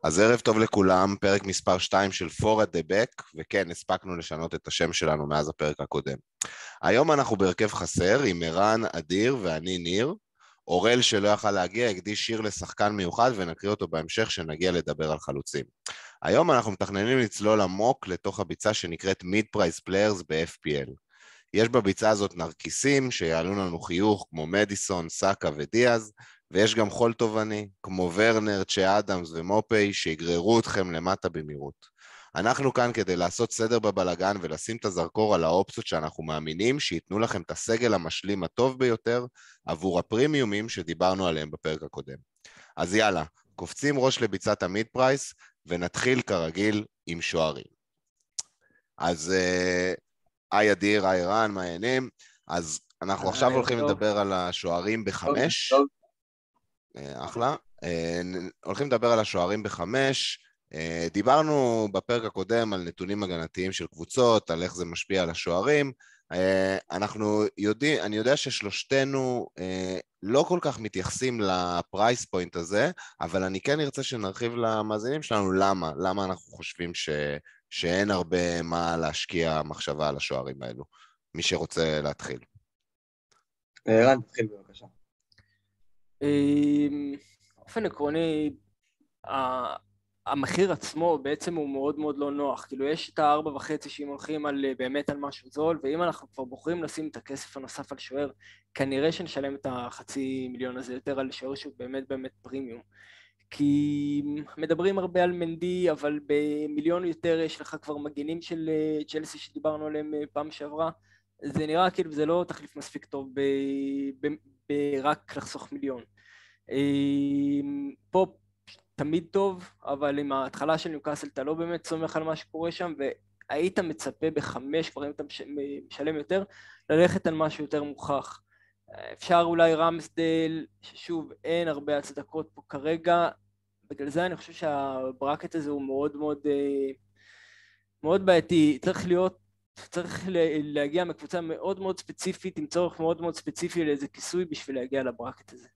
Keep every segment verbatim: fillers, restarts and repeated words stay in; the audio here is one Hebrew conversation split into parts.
אז ערב טוב לכולם, פרק מספר שתיים של For at the Back, וכן, הספקנו לשנות את השם שלנו מאז הפרק הקודם. היום אנחנו בהרכב חסר עם ערן, אדיר ואני ניר. אורל שלא יכל להגיע, הקדיש שיר לשחקן מיוחד ונקריא אותו בהמשך שנגיע לדבר על חלוצים. היום אנחנו מתכננים לצלול עמוק לתוך הביצה שנקראת Mid-Price Players ב-אף פי אל. יש בביצה הזאת נרקיסים שיעלו לנו חיוך כמו מדיסון, סאקה ודיאז, ויש גם חול תובעני, כמו ורנר, צ'ה אדמס ומופי, שיגררו אתכם למטה במהירות. אנחנו כאן כדי לעשות סדר בבלגן ולשים את הזרקור על האופציות שאנחנו מאמינים שיתנו לכם את הסגל המשלים הטוב ביותר עבור הפרימיומים שדיברנו עליהם בפרק הקודם. אז יאללה, קופצים ראש לביצת המיד פרייס ונתחיל כרגיל עם שוערים. אז היי אדיר, היי ערן, מה העניינים? אז אנחנו עכשיו הולכים לדבר על השוערים בחמש. אחלה. הולכים לדבר על השוערים בחמש. דיברנו בפרק הקודם על נתונים הגנתיים של קבוצות, על איך זה משפיע על השוערים. אנחנו יודעים, אני יודע ששלושתנו לא כל כך מתייחסים לפרייס פוינט הזה, אבל אני כן ארצה שנרחיב למאזינים שלנו למה, למה אנחנו חושבים ש, שאין הרבה מה להשקיע מחשבה על השוערים האלו. מי שרוצה להתחיל. ערן, תתחיל בבקשה. באופן עקרוני, המחיר עצמו בעצם הוא מאוד מאוד לא נוח, כאילו יש את הארבע וחצי שאם הולכים על, באמת על משהו זול, ואם אנחנו כבר בוחרים לשים את הכסף הנוסף על שוער, כנראה שנשלם את החצי מיליון הזה יותר על שוער שהוא באמת באמת פרימיום, כי מדברים הרבה על מנדי, אבל במיליון יותר יש לך כבר מגנים של צ'לסי שדיברנו עליהם פעם שעברה, זה נראה כאילו זה לא תחליף מספיק טוב ב, ב, ברק לחסוך מיליון. פה תמיד טוב, אבל עם ההתחלה של ניוקאסל אתה לא באמת סומך על מה שקורה שם, והיית מצפה בחמש, כבר אם אתה משלם יותר, ללכת על משהו יותר מוכח. אפשר אולי רמסדל, ששוב אין הרבה הצדקות פה כרגע, בגלל זה אני חושב שהברקט הזה הוא מאוד מאוד, מאוד בעייתי, צריך להיות, צריך להגיע מקבוצה מאוד מאוד ספציפית, עם צורך מאוד מאוד ספציפי לאיזה כיסוי בשביל להגיע לברקט הזה.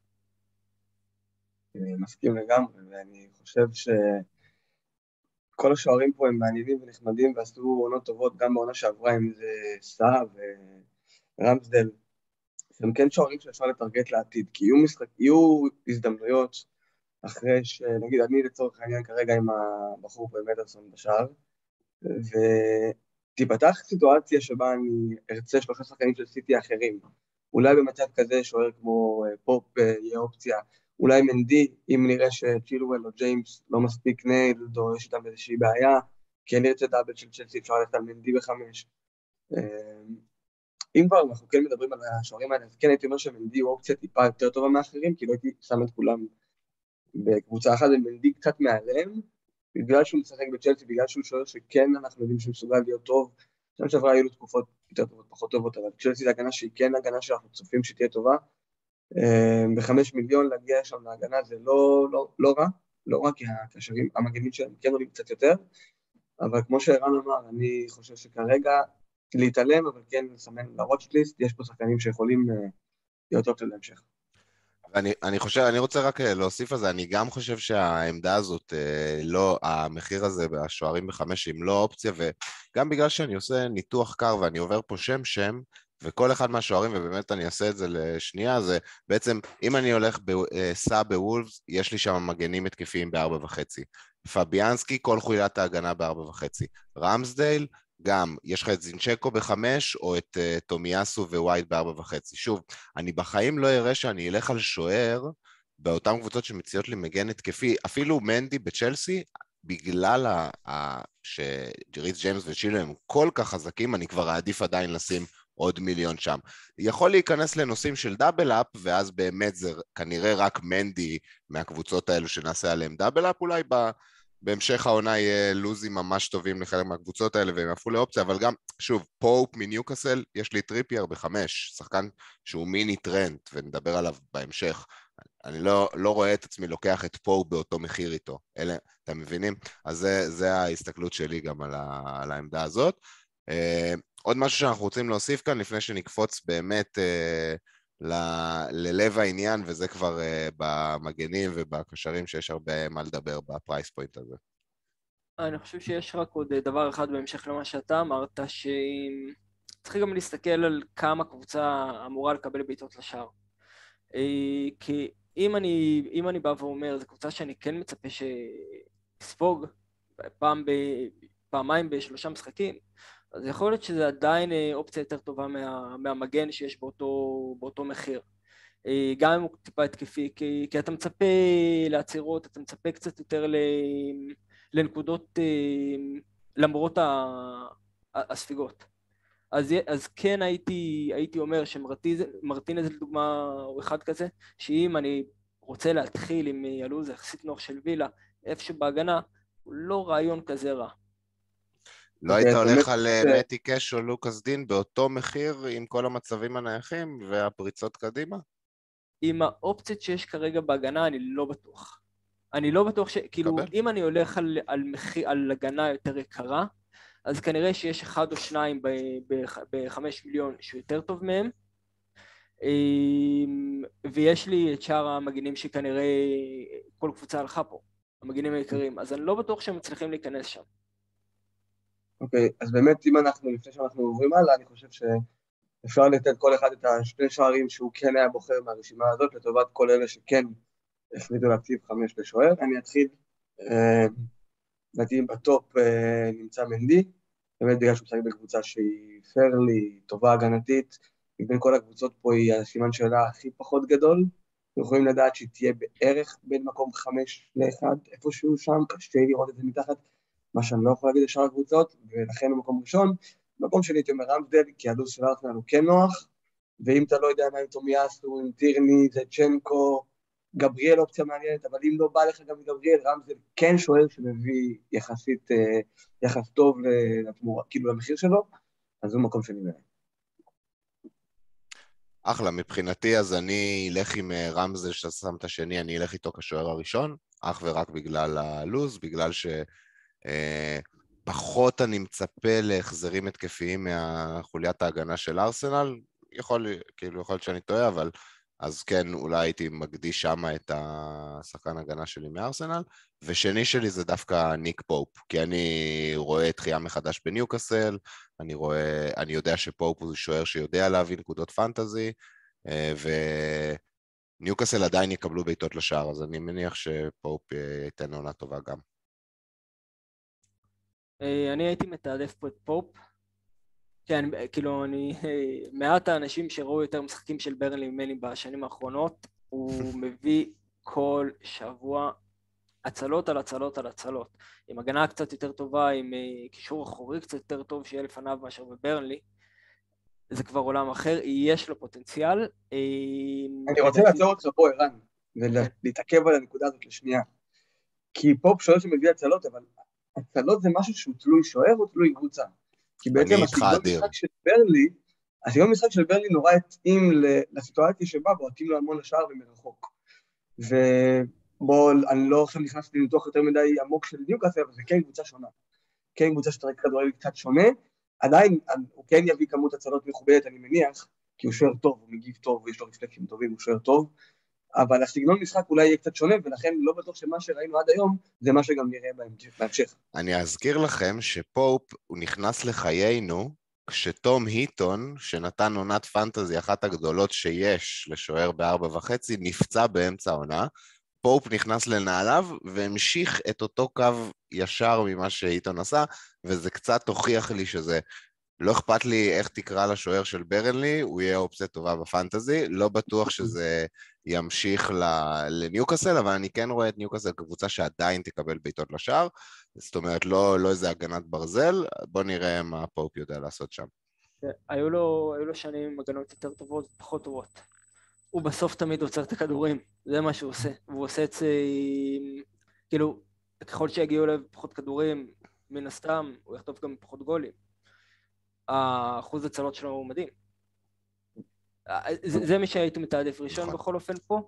מסכים לגמרי, ואני חושב שכל השוערים פה הם מעניינים ונחמדים ועשו עונות טובות, גם בעונה שעברה עם זה סאה ורמסדל, הם כן שוערים שאפשר לטרגט לעתיד, כי יהיו, משחק, יהיו הזדמנויות אחרי שנגיד אני לצורך העניין כרגע עם הבחור במדרסון בשער, ותיפתח סיטואציה שבה אני ארצה שלושה שחקנים של סיטי אחרים, אולי במצב כזה שוער כמו פופ יהיה אופציה, אולי מנדי, אם נראה שצ'ילואל או ג'יימס לא מספיק ניילד, או יש איתם איזושהי בעיה, כי אני ארצה דאבל של צ'לסי, אפשר ללכת על מנדי בחמש. אם כבר אנחנו כן מדברים על השוערים האלה, אז כן הייתי אומר שמנדי הוא אופציה טיפה יותר טובה מאחרים, כי לא הייתי שם את כולם בקבוצה אחת, ומנדי קצת מעליהם, בגלל שהוא משחק בצ'לסי, בגלל שהוא שוער שכן אנחנו יודעים שהוא מסוגל להיות טוב, שם שעברה היו לו תקופות יותר טובות, פחות טובות, אבל צ'לסי זה הגנה שהיא כן הגנה שאנחנו צופים שתהיה טובה, בחמש מיליון להגיע שם להגנה זה לא, לא, לא רע, לא רע כי הקשרים, המגנים שלהם כן עולים קצת יותר, אבל כמו שערן אמר, אני חושב שכרגע להתעלם, אבל כן לסמן לוואטשליסט, יש פה שחקנים שיכולים להיות טוב להמשך. אני, אני חושב, אני רוצה רק להוסיף על זה, אני גם חושב שהעמדה הזאת, לא, המחיר הזה בשוערים בחמש, אם לא אופציה, וגם בגלל שאני עושה ניתוח קר ואני עובר פה שם שם, וכל אחד מהשוערים, ובאמת אני אעשה את זה לשנייה, זה בעצם, אם אני הולך בסע בוולפס, יש לי שם מגנים התקפיים בארבע וחצי. פביאנסקי, כל חולת ההגנה בארבע וחצי. רמסדייל, גם, יש לך את זינצ'קו בחמש, או את uh, תומיאסו ווייט בארבע וחצי. שוב, אני בחיים לא אראה שאני אלך על שוער, באותן קבוצות שמציעות לי מגן התקפי, אפילו מנדי בצ'לסי, בגלל ה- ה- שריס ג'יימס וצ'ילו הם כל כך חזקים, אני כבר אעדיף עדיין לשים עוד מיליון שם. יכול להיכנס לנושאים של דאבל אפ, ואז באמת זה כנראה רק מנדי מהקבוצות האלו שנעשה עליהם דאבל אפ, אולי ב... בהמשך העונה יהיה לוזים ממש טובים לחלק מהקבוצות האלה, והם הפכו לאופציה, אבל גם, שוב, פופ מניוקאסל, יש לי טריפייר בחמש, שחקן שהוא מיני טרנט, ונדבר עליו בהמשך. אני לא, לא רואה את עצמי לוקח את פופ באותו מחיר איתו. אלה, אתם מבינים? אז זה, זה ההסתכלות שלי גם על, ה, על העמדה הזאת. Uh, עוד משהו שאנחנו רוצים להוסיף כאן, לפני שנקפוץ באמת uh, ל- ללב העניין, וזה כבר uh, במגנים ובקשרים שיש הרבה מה לדבר בפרייס פוינט הזה. אני חושב שיש רק עוד דבר אחד בהמשך למה שאתה אמרת, שצריך גם להסתכל על כמה קבוצה אמורה לקבל בעיטות לשער. כי אם אני, אם אני בא ואומר, זו קבוצה שאני כן מצפה שתספוג פעם ב, פעמיים בשלושה משחקים, אז יכול להיות שזה עדיין אופציה יותר טובה מה, מהמגן שיש באותו, באותו מחיר. גם אם הוא טיפה התקפי, כי, כי אתה מצפה לעצירות, אתה מצפה קצת יותר ל, לנקודות למרות הספיגות. אז, אז כן הייתי, הייתי אומר שמרטינז לדוגמה הוא אחד כזה, שאם אני רוצה להתחיל עם הלוז יחסית נוח של וילה, איפשהו בהגנה, הוא לא רעיון כזה רע. לא היית הולך על מתי קש או לוקאס דין באותו מחיר עם כל המצבים הנייחים והפריצות קדימה? עם האופציות שיש כרגע בהגנה אני לא בטוח. אני לא בטוח ש... כאילו, אם אני הולך על, על, מחיר, על הגנה יותר יקרה, אז כנראה שיש אחד או שניים בחמש מיליון שהוא יותר טוב מהם, ויש לי את שאר המגינים שכנראה כל קבוצה הלכה פה, המגינים העיקריים, אז אני לא בטוח שהם מצליחים להיכנס שם. אוקיי, אז באמת אם אנחנו, לפני שאנחנו עוברים הלאה, אני חושב שאפשר לתת כל אחד את השני שערים שהוא כן היה בוחר מהרשימה הזאת, לטובת כל אלה שכן החליטו להקציב חמש לשוער. אני אתחיל, לדעתי בטופ נמצא מנדי, באמת בגלל שהוא משחק בקבוצה שהיא פרלי, טובה הגנתית, מבין כל הקבוצות פה היא הסימן שאלה הכי פחות גדול, אנחנו יכולים לדעת שהיא תהיה בערך בין מקום חמש לאחד, איפשהו שם, קשה לראות את זה מתחת, מה שאני לא יכול להגיד לשאר הקבוצות, ולכן במקום ראשון, במקום שני הייתי אומר רמסדל, כי הלו"ז של ארסנל הוא כן נוח, ואם אתה לא יודע מה עם תומיאסו, עם טירני, זצ'נקו, גבריאל אופציה מעניינת, אבל אם לא בא לך גם גבריאל, רמסדל כן שוער שמביא יחסית, יחס טוב לתמורה, כאילו למחיר שלו, אז הוא מקום שני בעיה. אחלה, מבחינתי אז אני אלך עם רמזל שאתה שם את השני, אני אלך איתו כשוער הראשון, אך ורק בגלל הלוז, בגלל שפחות אני מצפה להחזרים התקפיים מהחוליית ההגנה של ארסנל, יכול, כאילו יכול להיות שאני טועה, אבל אז כן, אולי הייתי מקדיש שם את השחקן הגנה שלי מארסנל, ושני שלי זה דווקא ניק פופ, כי אני רואה תחייה מחדש בניוקאסל, אני רואה, אני יודע שפופ הוא שוער שיודע להביא נקודות פנטזי, וניוקאסל עדיין יקבלו בעיטות לשער, אז אני מניח שפופ ייתן עונה טובה גם. אני הייתי מתעדף פה את פופ, כן, כאילו אני, מעט האנשים שראו יותר משחקים של ברנלי ממני בשנים האחרונות, הוא מביא כל שבוע הצלות על הצלות על הצלות, עם הגנה קצת יותר טובה, עם קישור אחורי קצת יותר טוב שיהיה לפניו מאשר בברנלי, זה כבר עולם אחר, יש לו פוטנציאל. אני רוצה לעצור אותך פה ערן, ולהתעכב על הנקודה הזאת לשנייה, כי פופ שוער שמביא הצלות, אבל הצלות זה משהו שהוא תלוי שוער או תלוי קבוצה? כי בעצם הסגנון משחק של ברלי, הסגנון משחק של ברלי נורא התאים לסיטואציה שבה בועטים לו המון לשער ומרחוק. ובואו, אני לא עכשיו נכנסתי לתוך יותר מדי עמוק של ניוקאסל, אבל זה כן קבוצה שונה. כן קבוצה שתראה כדורגל קצת שונה, עדיין הוא כן יביא כמות הצלות מכובדת, אני מניח, כי הוא שוער טוב, הוא מגיב טוב, ויש לו רפלקסים טובים, הוא שוער טוב, אבל הסגנון משחק אולי יהיה קצת שונה, ולכן לא בטוח שמה שראינו עד היום, זה מה שגם נראה בהמשך. אני אזכיר לכם שפופ הוא נכנס לחיינו, כשתום היטון, שנתן עונת פנטזי אחת הגדולות שיש לשוער בארבע וחצי, נפצע באמצע העונה, פופ נכנס לנעליו והמשיך את אותו קו ישר ממה שהיטון עשה, וזה קצת הוכיח לי שזה לא אכפת לי איך תקרא לשוער של ברנלי, הוא יהיה אופציה טובה בפנטזי, לא בטוח שזה ימשיך לניוקאסל, אבל אני כן רואה את ניוקאסל כקבוצה שעדיין תקבל בעיטות לשער, זאת אומרת לא, לא איזה הגנת ברזל, בוא נראה מה פופ יודע לעשות שם. היו לו, היו לו שנים עם הגנות יותר טובות ופחות טובות. הוא בסוף תמיד עוצר את הכדורים, זה מה שהוא עושה, והוא עושה את זה, כאילו, ככל שיגיעו אליו פחות כדורים, מן הסתם, הוא יכתוב גם פחות גולים. האחוז הצלות שלו הוא מדהים. זה, זה מי שהייתי מתעדף ראשון בכל אופן פה.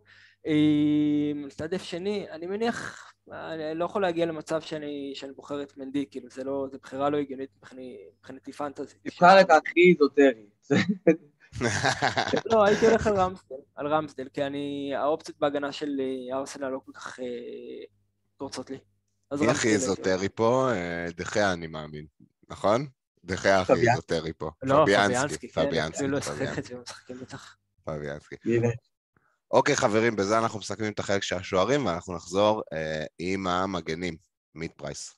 מתעדף שני, אני מניח, אני לא יכול להגיע למצב שאני, שאני בוחר את מנדי, כאילו זה לא, זה בחירה לא הגיונית מבחינתי פנטזי. נבחר את הכי איזוטרי. לא, הייתי הולך על רמסדל, על רמסדל, כי אני, האופציות בהגנה של ארסנל לא כל כך תורצות לי. מי הכי איזוטרי פה? דחיה אני מאמין, נכון? דחיה הכי איזוטרי פה. לא, פביאנסקי, פביאנסקי, לא שחקת ומשחקים בטח. פביאנסקי. אוקיי חברים, בזה אנחנו מסכמים את החלק של השוערים, ואנחנו נחזור עם המגנים, מיד פרייס.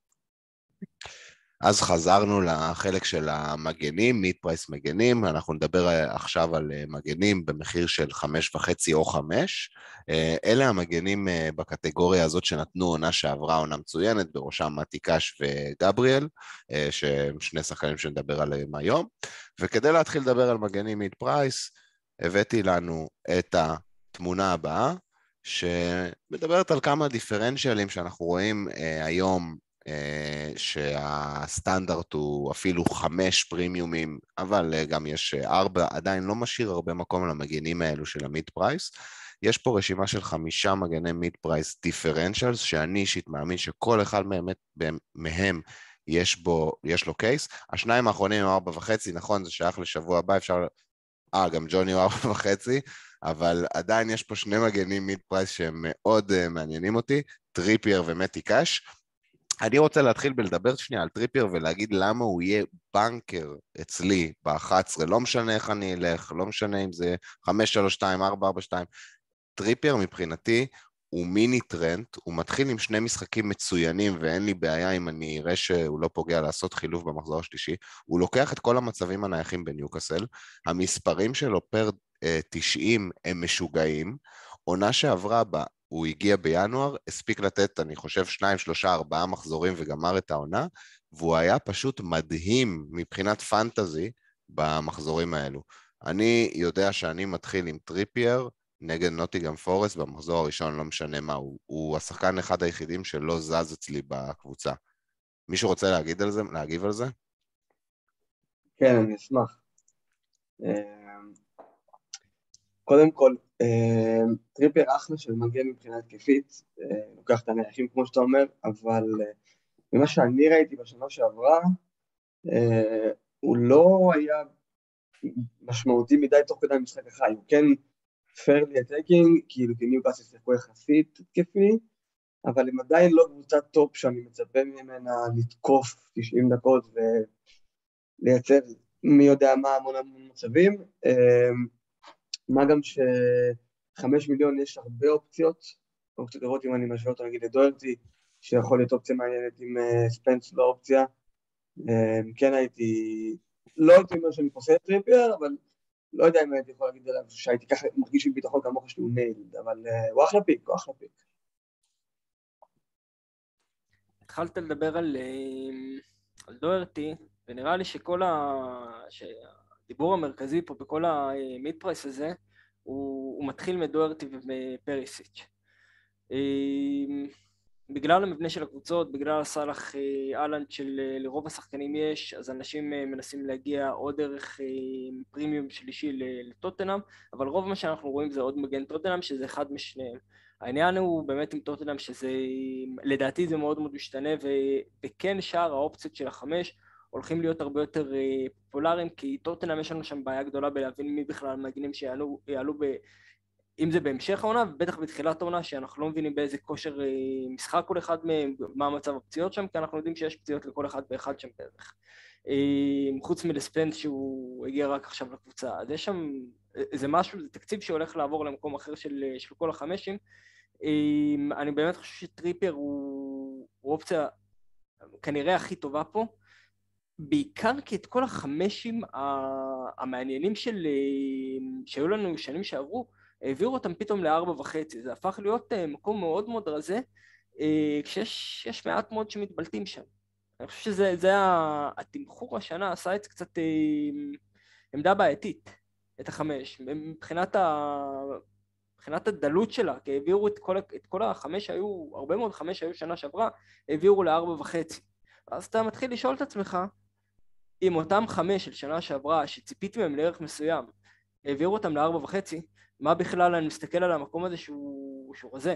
אז חזרנו לחלק של המגנים, מיד פרייס מגנים, אנחנו נדבר עכשיו על מגנים במחיר של חמש וחצי או חמש. אלה המגנים בקטגוריה הזאת שנתנו עונה שעברה, עונה מצוינת, בראשם מתי קאש וגבריאל, שהם שני שחקנים שנדבר עליהם היום. וכדי להתחיל לדבר על מגנים מיד פרייס, הבאתי לנו את התמונה הבאה, שמדברת על כמה דיפרנציאלים שאנחנו רואים היום, שהסטנדרט הוא אפילו חמש פרימיומים, אבל גם יש ארבע, עדיין לא משאיר הרבה מקום למגנים האלו של המיד פרייס. יש פה רשימה של חמישה מגני מיד פרייס דיפרנציאלס, שאני אישית מאמין שכל אחד מהם, מהם יש בו, יש לו קייס. השניים האחרונים הם ארבע וחצי, נכון, זה שייך לשבוע הבא, אפשר, אה, גם ג'וני הוא ארבע וחצי, אבל עדיין יש פה שני מגנים מיד פרייס שהם מאוד uh, מעניינים אותי, טריפייר ומתי קאש. אני רוצה להתחיל בלדבר שנייה על טריפייר ולהגיד למה הוא יהיה בנקר אצלי ב-אחת עשרה, לא משנה איך אני אלך, לא משנה אם זה חמש שלוש שתיים, ארבע ארבע שתיים, טריפייר מבחינתי הוא מיני טרנט, הוא מתחיל עם שני משחקים מצוינים ואין לי בעיה אם אני אראה שהוא לא פוגע לעשות חילוף במחזור השלישי, הוא לוקח את כל המצבים הנייחים בניוקאסל, המספרים שלו פר תשעים הם משוגעים, עונה שעברה בה, הוא הגיע בינואר, הספיק לתת, אני חושב, שניים, שלושה, ארבעה מחזורים וגמר את העונה, והוא היה פשוט מדהים מבחינת פנטזי במחזורים האלו. אני יודע שאני מתחיל עם טריפייר נגד נוטיגהאם פורסט במחזור הראשון, לא משנה מה, הוא, הוא השחקן אחד היחידים שלא זז אצלי בקבוצה. מישהו רוצה להגיד על זה, להגיב על זה? כן, אני אשמח. קודם כל, טריפייר אחלה של מגן מבחינה התקפית, לוקח את הנייחים כמו שאתה אומר, אבל ממה שאני ראיתי בשנה שעברה, הוא לא היה משמעותי מדי תוך כדי המשחק החי, הוא כן פיירלי אטקינג, כאילו ניוקאסל שיחקו יחסית התקפי, אבל הם עדיין לא קבוצת טופ שאני מצפה ממנה לתקוף תשעים דקות ולייצר מי יודע מה המון המון מצבים, מה גם שחמש מיליון יש הרבה אופציות, אופציות לראות אם אני משווה אותו נגיד לדוירטי, שיכול להיות אופציה מעניינת עם ספנס לא אופציה, כן הייתי, לא הייתי אומר שאני פוסל את טריפייר, אבל לא יודע אם הייתי יכול להגיד עליו שהייתי ככה מרגיש עם ביטחון כמוך שהוא ניילד, אבל הוא אחלה פיק, הוא אחלה פיק. התחלת לדבר על, על דוירטי, ונראה לי שכל ה... הדיבור המרכזי פה בכל המיד פרייס הזה, הוא, הוא מתחיל מדוירטי ומפריסיץ'. בגלל המבנה של הקבוצות, בגלל הסלח אהלנד של לרוב השחקנים יש, אז אנשים מנסים להגיע עוד דרך פרימיום שלישי לטוטנהאם, אבל רוב מה שאנחנו רואים זה עוד מגן טוטנהאם, שזה אחד משניהם. העניין הוא באמת עם טוטנהאם שזה, לדעתי זה מאוד מאוד משתנה, וכן שאר האופציות של החמש הולכים להיות הרבה יותר פופולריים, כי טוטנהאם יש לנו שם בעיה גדולה בלהבין מי בכלל המגנים שיעלו, יעלו ב... אם זה בהמשך העונה, ובטח בתחילת העונה, שאנחנו לא מבינים באיזה כושר משחק כל אחד מהם, מה המצב הפציעות שם, כי אנחנו יודעים שיש פציעות לכל אחד באחד שם בערך. חוץ מלספנס שהוא הגיע רק עכשיו לקבוצה. אז יש שם, זה משהו, זה תקציב שהולך לעבור למקום אחר של, של כל החמשים. אני באמת חושב שטריפייר הוא, הוא אופציה כנראה הכי טובה פה, בעיקר כי את כל החמשים המעניינים של, שהיו לנו שנים שעברו, העבירו אותם פתאום לארבע וחצי, זה הפך להיות מקום מאוד מאוד רזה, כשיש יש מעט מאוד שמתבלטים שם. אני חושב שזה זה התמחור השנה עשה את זה קצת עמדה בעייתית, את החמש, מבחינת, ה, מבחינת הדלות שלה, כי העבירו את כל, את כל החמש, היו, הרבה מאוד חמש היו שנה שעברה, העבירו לארבע וחצי. אז אתה מתחיל לשאול את עצמך, אם אותם חמש של שנה שעברה, שציפיתי מהם לערך מסוים, העבירו אותם לארבע וחצי, מה בכלל אני מסתכל על המקום הזה שהוא, שהוא רזה.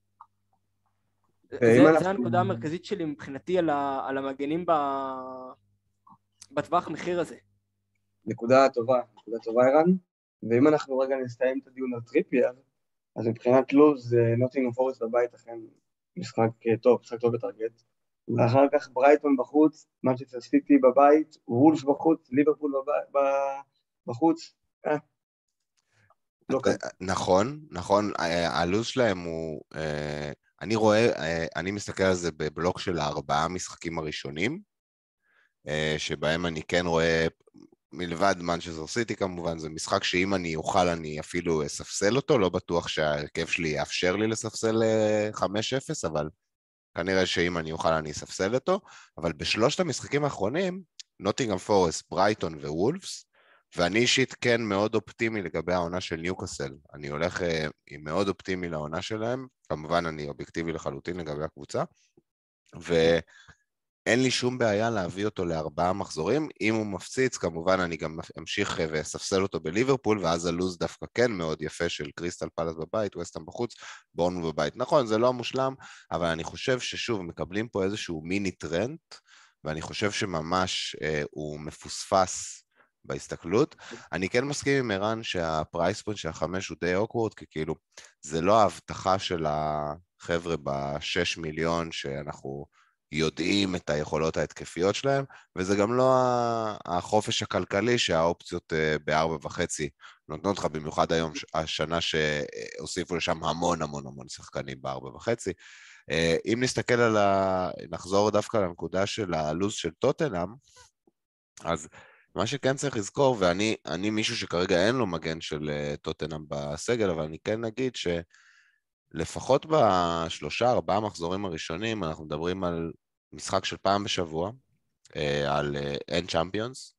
זה, אנחנו... זה הנקודה המרכזית שלי מבחינתי על, ה, על המגנים ב, בטווח מחיר הזה. נקודה טובה, נקודה טובה ערן, ואם אנחנו רגע נסיים את הדיון על טריפייר, אז מבחינת לוז, נוטינגהאם פורסט בבית אכן משחק טוב, משחק טוב בטרגט, ואחר כך ברייטון בחוץ, מנצ'סטר סיטי בבית, וולפס בחוץ, ליברפול בחוץ, אה, לא כאן. נכון, נכון, הלוז שלהם הוא, אני רואה, אני מסתכל על זה בבלוק של הארבעה משחקים הראשונים, שבהם אני כן רואה, מלבד מנצ'סטר סיטי כמובן, זה משחק שאם אני אוכל אני אפילו אספסל אותו, לא בטוח שההרכב שלי יאפשר לי לספסל חמש אפס, אבל כנראה שאם אני אוכל אני אספסל אותו, אבל בשלושת המשחקים האחרונים, נוטינגהאם פורסט, ברייטון ווולפס, ואני אישית כן מאוד אופטימי לגבי העונה של ניוקאסל, אני הולך עם מאוד אופטימי לעונה שלהם, כמובן אני אובייקטיבי לחלוטין לגבי הקבוצה, ואין לי שום בעיה להביא אותו לארבעה מחזורים, אם הוא מפציץ כמובן אני גם אמשיך ואספסל אותו בליברפול, ואז הלוז דווקא כן מאוד יפה של קריסטל פלאס בבית, וסטהאם בחוץ, בורנמוט בבית, נכון זה לא מושלם, אבל אני חושב ששוב מקבלים פה איזשהו מיני טרנד, ואני חושב שממש אה, הוא מפוספס, בהסתכלות. אני כן מסכים עם ערן שהפרייס פוינט של החמש הוא די אוקוורד, כי כאילו זה לא ההבטחה של החבר'ה בשש מיליון שאנחנו יודעים את היכולות ההתקפיות שלהם, וזה גם לא החופש הכלכלי שהאופציות בארבע וחצי נותנות לך, במיוחד היום השנה שהוסיפו לשם המון המון המון שחקנים בארבע וחצי. אם נסתכל על ה... נחזור דווקא לנקודה של הלוז של טוטנהאם, אז מה שכן צריך לזכור, ואני אני מישהו שכרגע אין לו מגן של טוטנהאם בסגל, אבל אני כן אגיד שלפחות בשלושה, ארבעה מחזורים הראשונים, אנחנו מדברים על משחק של פעם בשבוע, על אין צ'אמפיונס,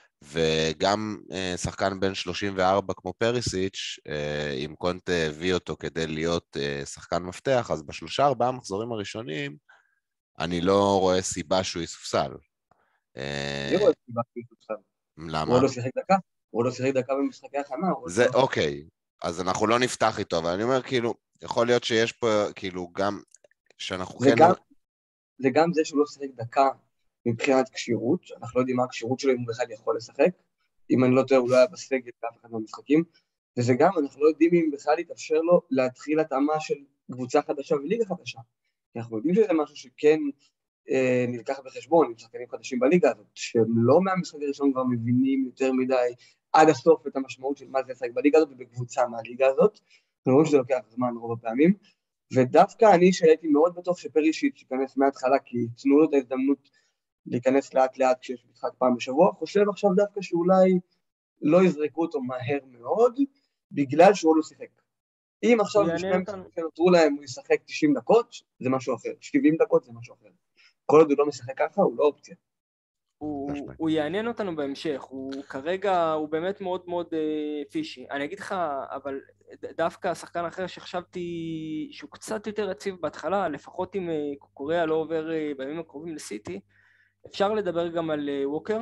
וגם שחקן בין שלושים וארבע כמו פריסיץ', אם קונטה הביא אותו כדי להיות שחקן מפתח, אז בשלושה, ארבעה מחזורים הראשונים, אני לא רואה סיבה שהוא יסופסל. אני רואה סיבה שהוא יסופסל. למה? הוא לא שיחק דקה, הוא לא שיחק דקה במשחקי הכנה. זה אוקיי, אז אנחנו לא נפתח איתו, אבל אני אומר כאילו, יכול להיות שיש פה כאילו גם, שאנחנו כן... זה גם זה שהוא לא שיחק דקה מבחינת קשירות, אנחנו לא יודעים מה הקשירות שלו אם הוא בכלל יכול לשחק, אם אני לא טועה הוא לא היה בסגל באף אחד מהמשחקים, וזה גם אנחנו לא יודעים אם בכלל יתאפשר לו להתחיל התאמה של קבוצה חדשה וליגה חדשה, כי אנחנו יודעים שזה משהו שכן אה, נלקח בחשבון, עם שחקנים חדשים בליגה הזאת, שהם לא מהמשחק הראשון כבר מבינים יותר מדי עד הסוף את המשמעות של מה זה לשחק בליגה הזאת ובקבוצה מהליגה הזאת, אנחנו רואים שזה לוקח זמן רוב הפעמים, ודווקא אני שהייתי מאוד בטוח שפרישיץ' שיכנס מההתחלה, כי תנו לו את ההזדמנות להיכנס לאט לאט כשיש משחק פעם בשבוע, חושב עכשיו דווקא שאולי לא יזרקו אותו מהר מאוד, בגלל שהוא לא שיחק. אם עכשיו בשני משחקים שנותרו להם הוא ישחק תשעים דקות, זה משהו אחר, שבעים דקות זה משהו אחר. כל עוד הוא לא משחק ככה, הוא לא אופציה. הוא, הוא יעניין אותנו בהמשך, הוא כרגע, הוא באמת מאוד מאוד uh, פישי. אני אגיד לך, אבל דווקא השחקן אחר שחשבתי שהוא קצת יותר יציב בהתחלה, לפחות אם uh, קוריאה לא עובר uh, בימים הקרובים לסיטי, אפשר לדבר גם על uh, ווקר,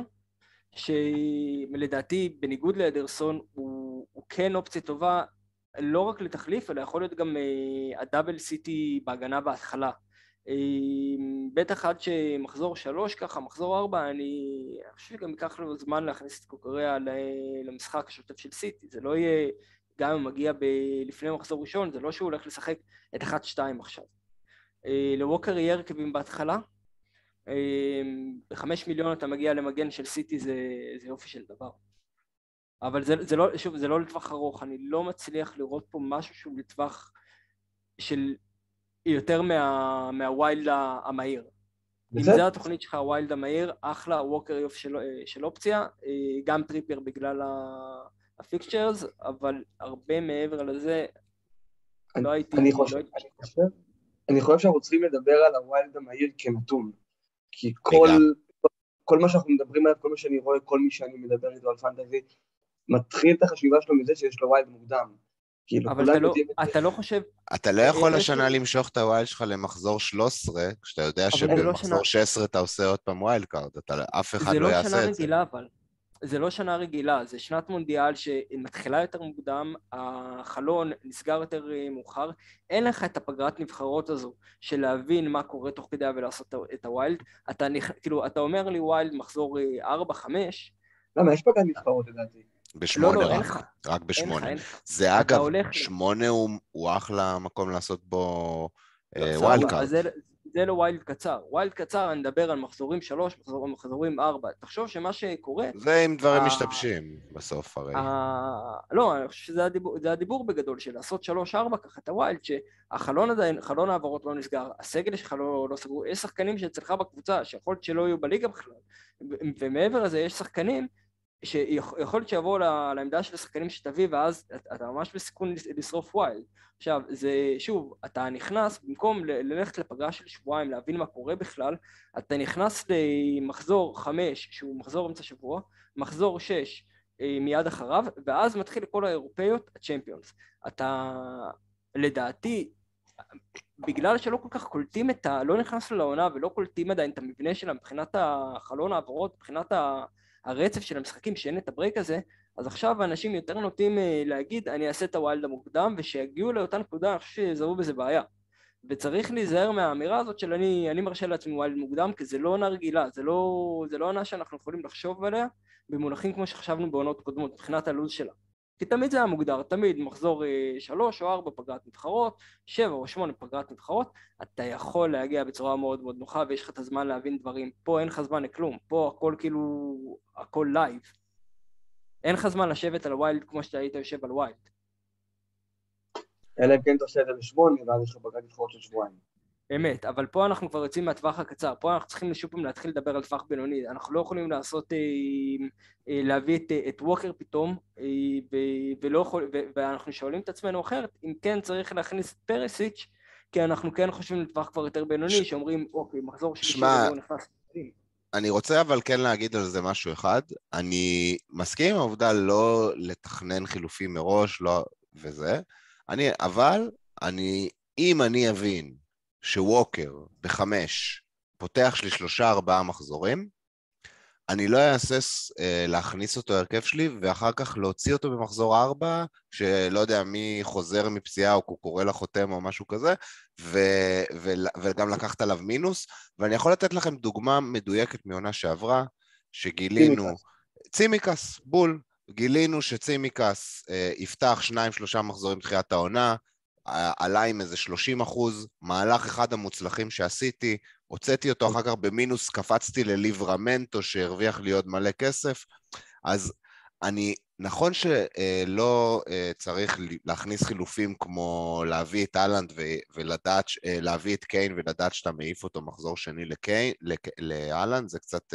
שלדעתי בניגוד לאדרסון הוא, הוא כן אופציה טובה, לא רק לתחליף, אלא יכול להיות גם uh, הדאבל סיטי בהגנה בהתחלה. בטח עד שמחזור שלוש ככה, מחזור ארבע, אני חושב שגם ייקח לו זמן להכניס את קוקריה למשחק השוטף של סיטי, זה לא יהיה, גם אם מגיע לפני מחזור ראשון, זה לא שהוא הולך לשחק את אחת שתיים עכשיו. לווקר יהיה הרכבים בהתחלה, בחמש מיליון אתה מגיע למגן של סיטי, זה, זה יופי של דבר. אבל זה, זה לא, שוב, זה לא לטווח ארוך, אני לא מצליח לראות פה משהו שהוא לטווח של... יותר מה, מהווילד המהיר. אם זה התוכנית שלך, הווילד המהיר, אחלה, ווקר יופ של, של אופציה, גם טריפר בגלל הפיקצ'רס, אבל הרבה מעבר לזה, אני, לא הייתי... אני חושב, לא הייתי... אני חושב, אני חושב שאנחנו צריכים לדבר על הווילד המהיר כנתון, כי כל, כל מה שאנחנו מדברים עליו, כל מה שאני רואה, כל מי שאני מדבר איתו על פנטזי, מתחיל את החשיבה שלו מזה שיש לו ווילד מוקדם. אבל אתה לא, אתה לא חושב... אתה לא יכול השנה למשוך את הווילד שלך למחזור שלוש עשרה, כשאתה יודע שבמחזור שש עשרה אתה עושה עוד פעם ווילד קארד, אף אחד לא יעשה את זה. זה לא שנה רגילה אבל, זה לא שנה רגילה, זה שנת מונדיאל שמתחילה יותר מוקדם, החלון נסגר יותר מאוחר, אין לך את הפגרת נבחרות הזו של להבין מה קורה תוך כדי ולעשות את הווילד, אתה, כאילו, אתה אומר לי ווילד מחזור ארבע חמש, למה, יש פגעת נבחרות לדעתי. בשמונה לא, לא, אין רק, לך. רק אין לך, בשמונה. אין לך. זה אתה אגב, הולך... שמונה הוא, הוא אחלה מקום לעשות בו לא, אה, ווילד סבבה, קארד. אז זה, זה לא ווילד קצר. ווילד קצר, אני מדבר על מחזורים שלוש, מחזורים, מחזורים ארבע. תחשוב שמה שקורה... זה אם דברים ה- משתבשים בסוף הרי. ה- לא, אני חושב שזה הדיבור, זה הדיבור בגדול של לעשות שלוש ארבע ככה את הווילד, שהחלון עדיין, חלון העברות לא נסגר, הסגל שלך לא, לא סגרו, יש שחקנים שאצלך בקבוצה שיכול להיות שלא יהיו בליגה בכלל, ו- ומעבר לזה יש שחקנים שיכול להיות שיבואו לעמדה של השחקנים שתביא, ואז אתה ממש בסיכון לשרוף ווילד. עכשיו, זה, שוב, אתה נכנס, במקום ללכת לפגרה של שבועיים, להבין מה קורה בכלל, אתה נכנס למחזור חמש, שהוא מחזור אמצע שבוע, מחזור שש, מיד אחריו, ואז מתחיל כל האירופאיות, הצ'מפיונס. אתה, לדעתי, בגלל שלא כל כך קולטים את ה... לא נכנסנו לעונה ולא קולטים עדיין את המבנה שלה מבחינת החלון העברות, מבחינת ה... הרצף של המשחקים שאין את הברייק הזה, אז עכשיו האנשים יותר נוטים להגיד אני אעשה את הווילד המוקדם, ושיגיעו לאותה נקודה אני חושב שיזהו בזה בעיה. וצריך להיזהר מהאמירה הזאת של אני, אני מרשה לעצמי ווילד מוקדם, כי זה לא עונה רגילה, זה לא, זה לא עונה שאנחנו יכולים לחשוב עליה במונחים כמו שחשבנו בעונות קודמות, מבחינת הלוז שלה. כי תמיד זה היה מוגדר, תמיד מחזור שלוש או ארבע פגרת נבחרות, שבע או שמונה פגרת נבחרות, אתה יכול להגיע בצורה מאוד מאוד נוחה, ויש לך את הזמן להבין דברים. פה אין לך זמן לכלום, פה הכל כאילו, הכל לייב. אין לך זמן לשבת על הווילד כמו שאתה היית יושב על ווילד. אלא אם כן אתה עושה את זה בשמונה, ואז יש לך פגרת נבחרות של שבועיים. אמת, אבל פה אנחנו כבר יוצאים מהטווח הקצר, פה אנחנו צריכים שוב פעם להתחיל לדבר על טווח בינוני, אנחנו לא יכולים לעשות, אה, אה, להביא את, את ווקר פתאום, אה, ו, ולא יכול, ו, ואנחנו שואלים את עצמנו אחרת, אם כן צריך להכניס את פרסיץ', כי אנחנו כן חושבים לטווח כבר יותר בינוני, ש... שאומרים, אוקיי, מחזור שלישי ולא נכנס. אני רוצה אבל כן להגיד על זה משהו אחד, אני מסכים עם העובדה לא לתכנן חילופים מראש, לא, וזה, אני, אבל אני, אם אני אבין שווקר בחמש פותח שלי שלושה ארבעה מחזורים, אני לא אעסס אה, להכניס אותו להרכב שלי, ואחר כך להוציא אותו במחזור ארבע, שלא יודע מי חוזר מפציעה או קורא לחותם או משהו כזה, ו, ו, וגם לקחת עליו מינוס, ואני יכול לתת לכם דוגמה מדויקת מעונה שעברה, שגילינו, צימיקס, צימיקס בול, גילינו שצימיקס אה, יפתח שניים שלושה מחזורים תחילת העונה, עלה עם איזה שלושים אחוז, מהלך אחד המוצלחים שעשיתי, הוצאתי אותו אחר כך במינוס, קפצתי לליברמנטו שהרוויח לי עוד מלא כסף, אז אני, נכון שלא צריך להכניס חילופים כמו להביא את אלנד ולדעת, להביא את קיין ולדעת שאתה מעיף אותו מחזור שני לקיין, לאלנד, זה קצת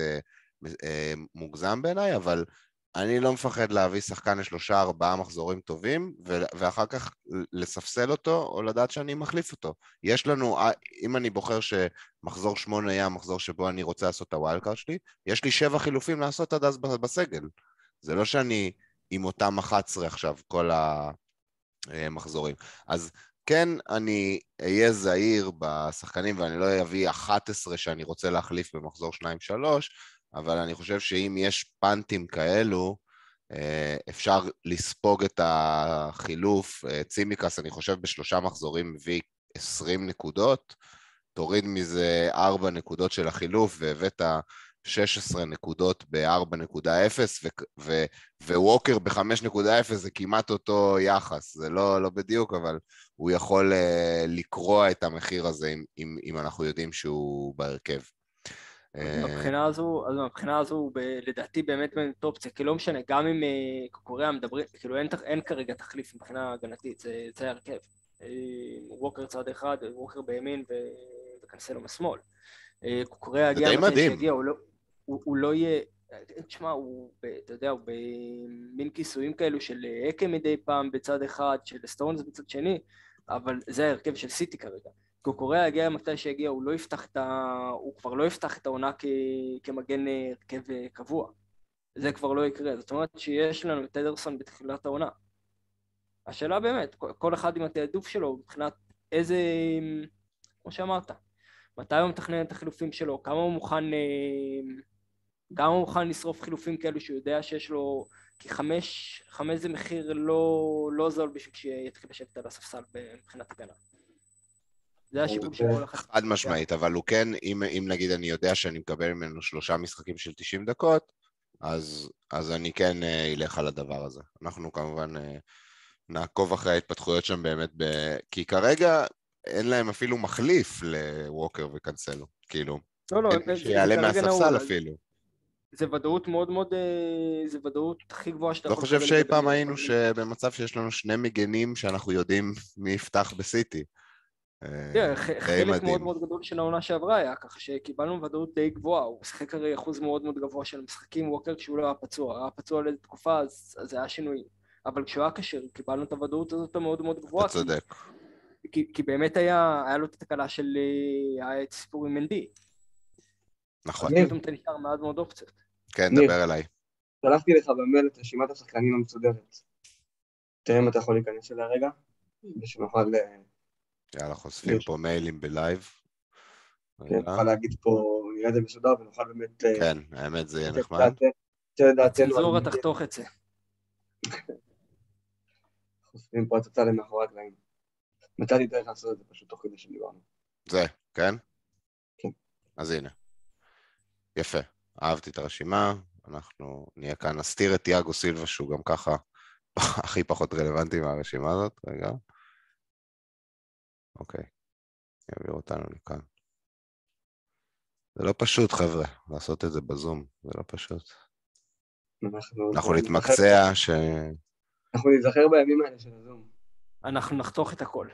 מוגזם בעיניי, אבל אני לא מפחד להביא שחקן לשלושה ארבעה מחזורים טובים, ואחר כך לספסל אותו, או לדעת שאני מחליף אותו. יש לנו, אם אני בוחר שמחזור שמונה היה המחזור שבו אני רוצה לעשות את הווילד קארד שלי, יש לי שבע חילופים לעשות עד אז בסגל. זה לא שאני עם אותם אחת עשרה עכשיו, כל המחזורים. אז כן, אני אהיה זהיר בשחקנים, ואני לא אביא אחת עשרה שאני רוצה להחליף במחזור שניים שלוש, אבל אני חושב שאם יש פנטים כאלו, אפשר לספוג את החילוף. צימיקס, אני חושב, בשלושה מחזורים מביא עשרים נקודות, תוריד מזה ארבע נקודות של החילוף, והבאת שש עשרה נקודות ב-ארבע נקודה אפס, וווקר ב-חמש נקודה אפס זה כמעט אותו יחס, זה לא, לא בדיוק, אבל הוא יכול לקרוא את המחיר הזה אם, אם, אם אנחנו יודעים שהוא בהרכב. מבחינה הזו, אז מבחינה הזו, לדעתי באמת באמת אופציה, כי לא משנה, גם אם קוריאה מדברים, כאילו אין, אין כרגע תחליף מבחינה הגנתית, זה, זה הרכב. ווקר צד אחד, ווקר בימין וקנסלו משמאל. קוריאה הגיע מתי שהגיע, הוא לא, הוא, הוא לא יהיה, תשמע, הוא, אתה יודע, הוא במין כיסויים כאלו של אקה מדי פעם בצד אחד, של סטונס בצד שני, אבל זה הרכב של סיטי כרגע. קוריאה הגיע מתי שהגיע, הוא לא יפתח את ה... הוא כבר לא יפתח את העונה כ... כמגן הרכב קבוע. זה כבר לא יקרה. זאת אומרת שיש לנו את אדרסון בתחילת העונה. השאלה באמת, כל אחד עם התעדוף שלו, מבחינת איזה... כמו שאמרת, מתי הוא מתכנן את החילופים שלו, כמה הוא מוכן... כמה הוא מוכן לשרוף חילופים כאלו שהוא יודע שיש לו... כי חמש, חמש זה מחיר לא, לא זול בשביל שיתחיל לשבת על הספסל מבחינת הגנה. זה השיפור של כל אחד. חד משמעית, אבל הוא כן, אם, אם נגיד אני יודע שאני מקבל ממנו שלושה משחקים של תשעים דקות, אז, אז אני כן אלך על הדבר הזה. אנחנו כמובן נעקוב אחרי ההתפתחויות שם באמת, ב... כי כרגע אין להם אפילו מחליף לווקר וקנסלו, כאילו, לא, לא, אין מי זה, זה שיעלה כרגע מהספסל נעול. אפילו. זה ודאות מאוד מאוד, זה ודאות הכי גבוהה שאתה לא יכול חושב לקבל שאי לגבי... פעם היינו שבמצב שיש לנו שני מגנים שאנחנו יודעים מי יפתח בסיטי. תראה, די חלק מאוד מדהים. מאוד גדול של העונה שעברה היה ככה שקיבלנו ודאות די גבוהה, הוא משחק הרי אחוז מאוד מאוד גבוה של משחקים ווקר כשהוא לא היה פצוע, היה פצוע לאיזו תקופה אז, אז זה היה שינוי, אבל כשהוא היה קשר קיבלנו את הוודאות הזאת המאוד מאוד אתה גבוהה, צודק. כי, כי, כי באמת היה, היה לו את התקלה של היה את סיפור עם מנדי, נכון. אז פתאום אתה נשאר מאוד מאוד אופציות. כן, ניר, דבר אליי. שלחתי לך במייל את רשימת השחקנים המסודרת. תראה אם אתה יכול להיכנס אליה רגע, ושנוכל... יאללה, חושפים פה מיילים בלייב. כן, נוכל להגיד פה, נראה את זה מסודר, ונוכל באמת... כן, האמת זה יהיה נחמד. הצנזורה תחתוך את זה. חושפים פה הצצה למאחורי הקלעים. מצאתי דרך לעשות את זה פשוט תוך כדי שדיברנו. זה, כן? כן. אז הנה. יפה. אהבתי את הרשימה. אנחנו נהיה כאן, נסתיר את יאגו סילבה, שהוא גם ככה הכי פחות רלוונטי מהרשימה הזאת. רגע. אוקיי. יעביר אותנו לכאן. זה לא פשוט, חבר'ה, לעשות את זה בזום. זה לא פשוט. אנחנו, אנחנו נתמקצע ש... אנחנו נזכר בימים האלה של הזום. אנחנו נחתוך את הכל.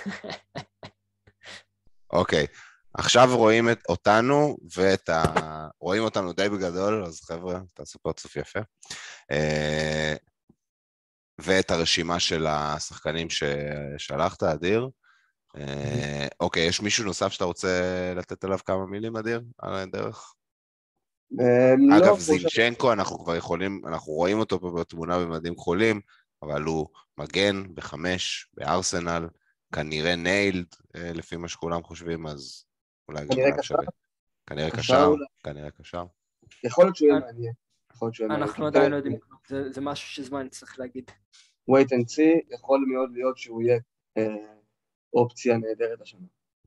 אוקיי. עכשיו רואים את אותנו ואת ה... רואים אותנו די בגדול, אז חבר'ה, תעשו פרצוף יפה. ואת הרשימה של השחקנים ששלחת, אדיר. אוקיי, יש מישהו נוסף שאתה רוצה לתת עליו כמה מילים, אדיר, על הדרך? אגב, זינצ'נקו, אנחנו כבר יכולים, אנחנו רואים אותו פה בתמונה במדים כחולים, אבל הוא מגן בחמש, בארסנל, כנראה ניילד, לפי מה שכולם חושבים, אז אולי גם עליו שווה. כנראה קשר, כנראה קשר. יכול להיות שהוא יהיה מעניין. אנחנו עדיין לא יודעים, זה משהו שזמן צריך להגיד. wait and see, יכול מאוד להיות שהוא יהיה אופציה נהדרת השנה.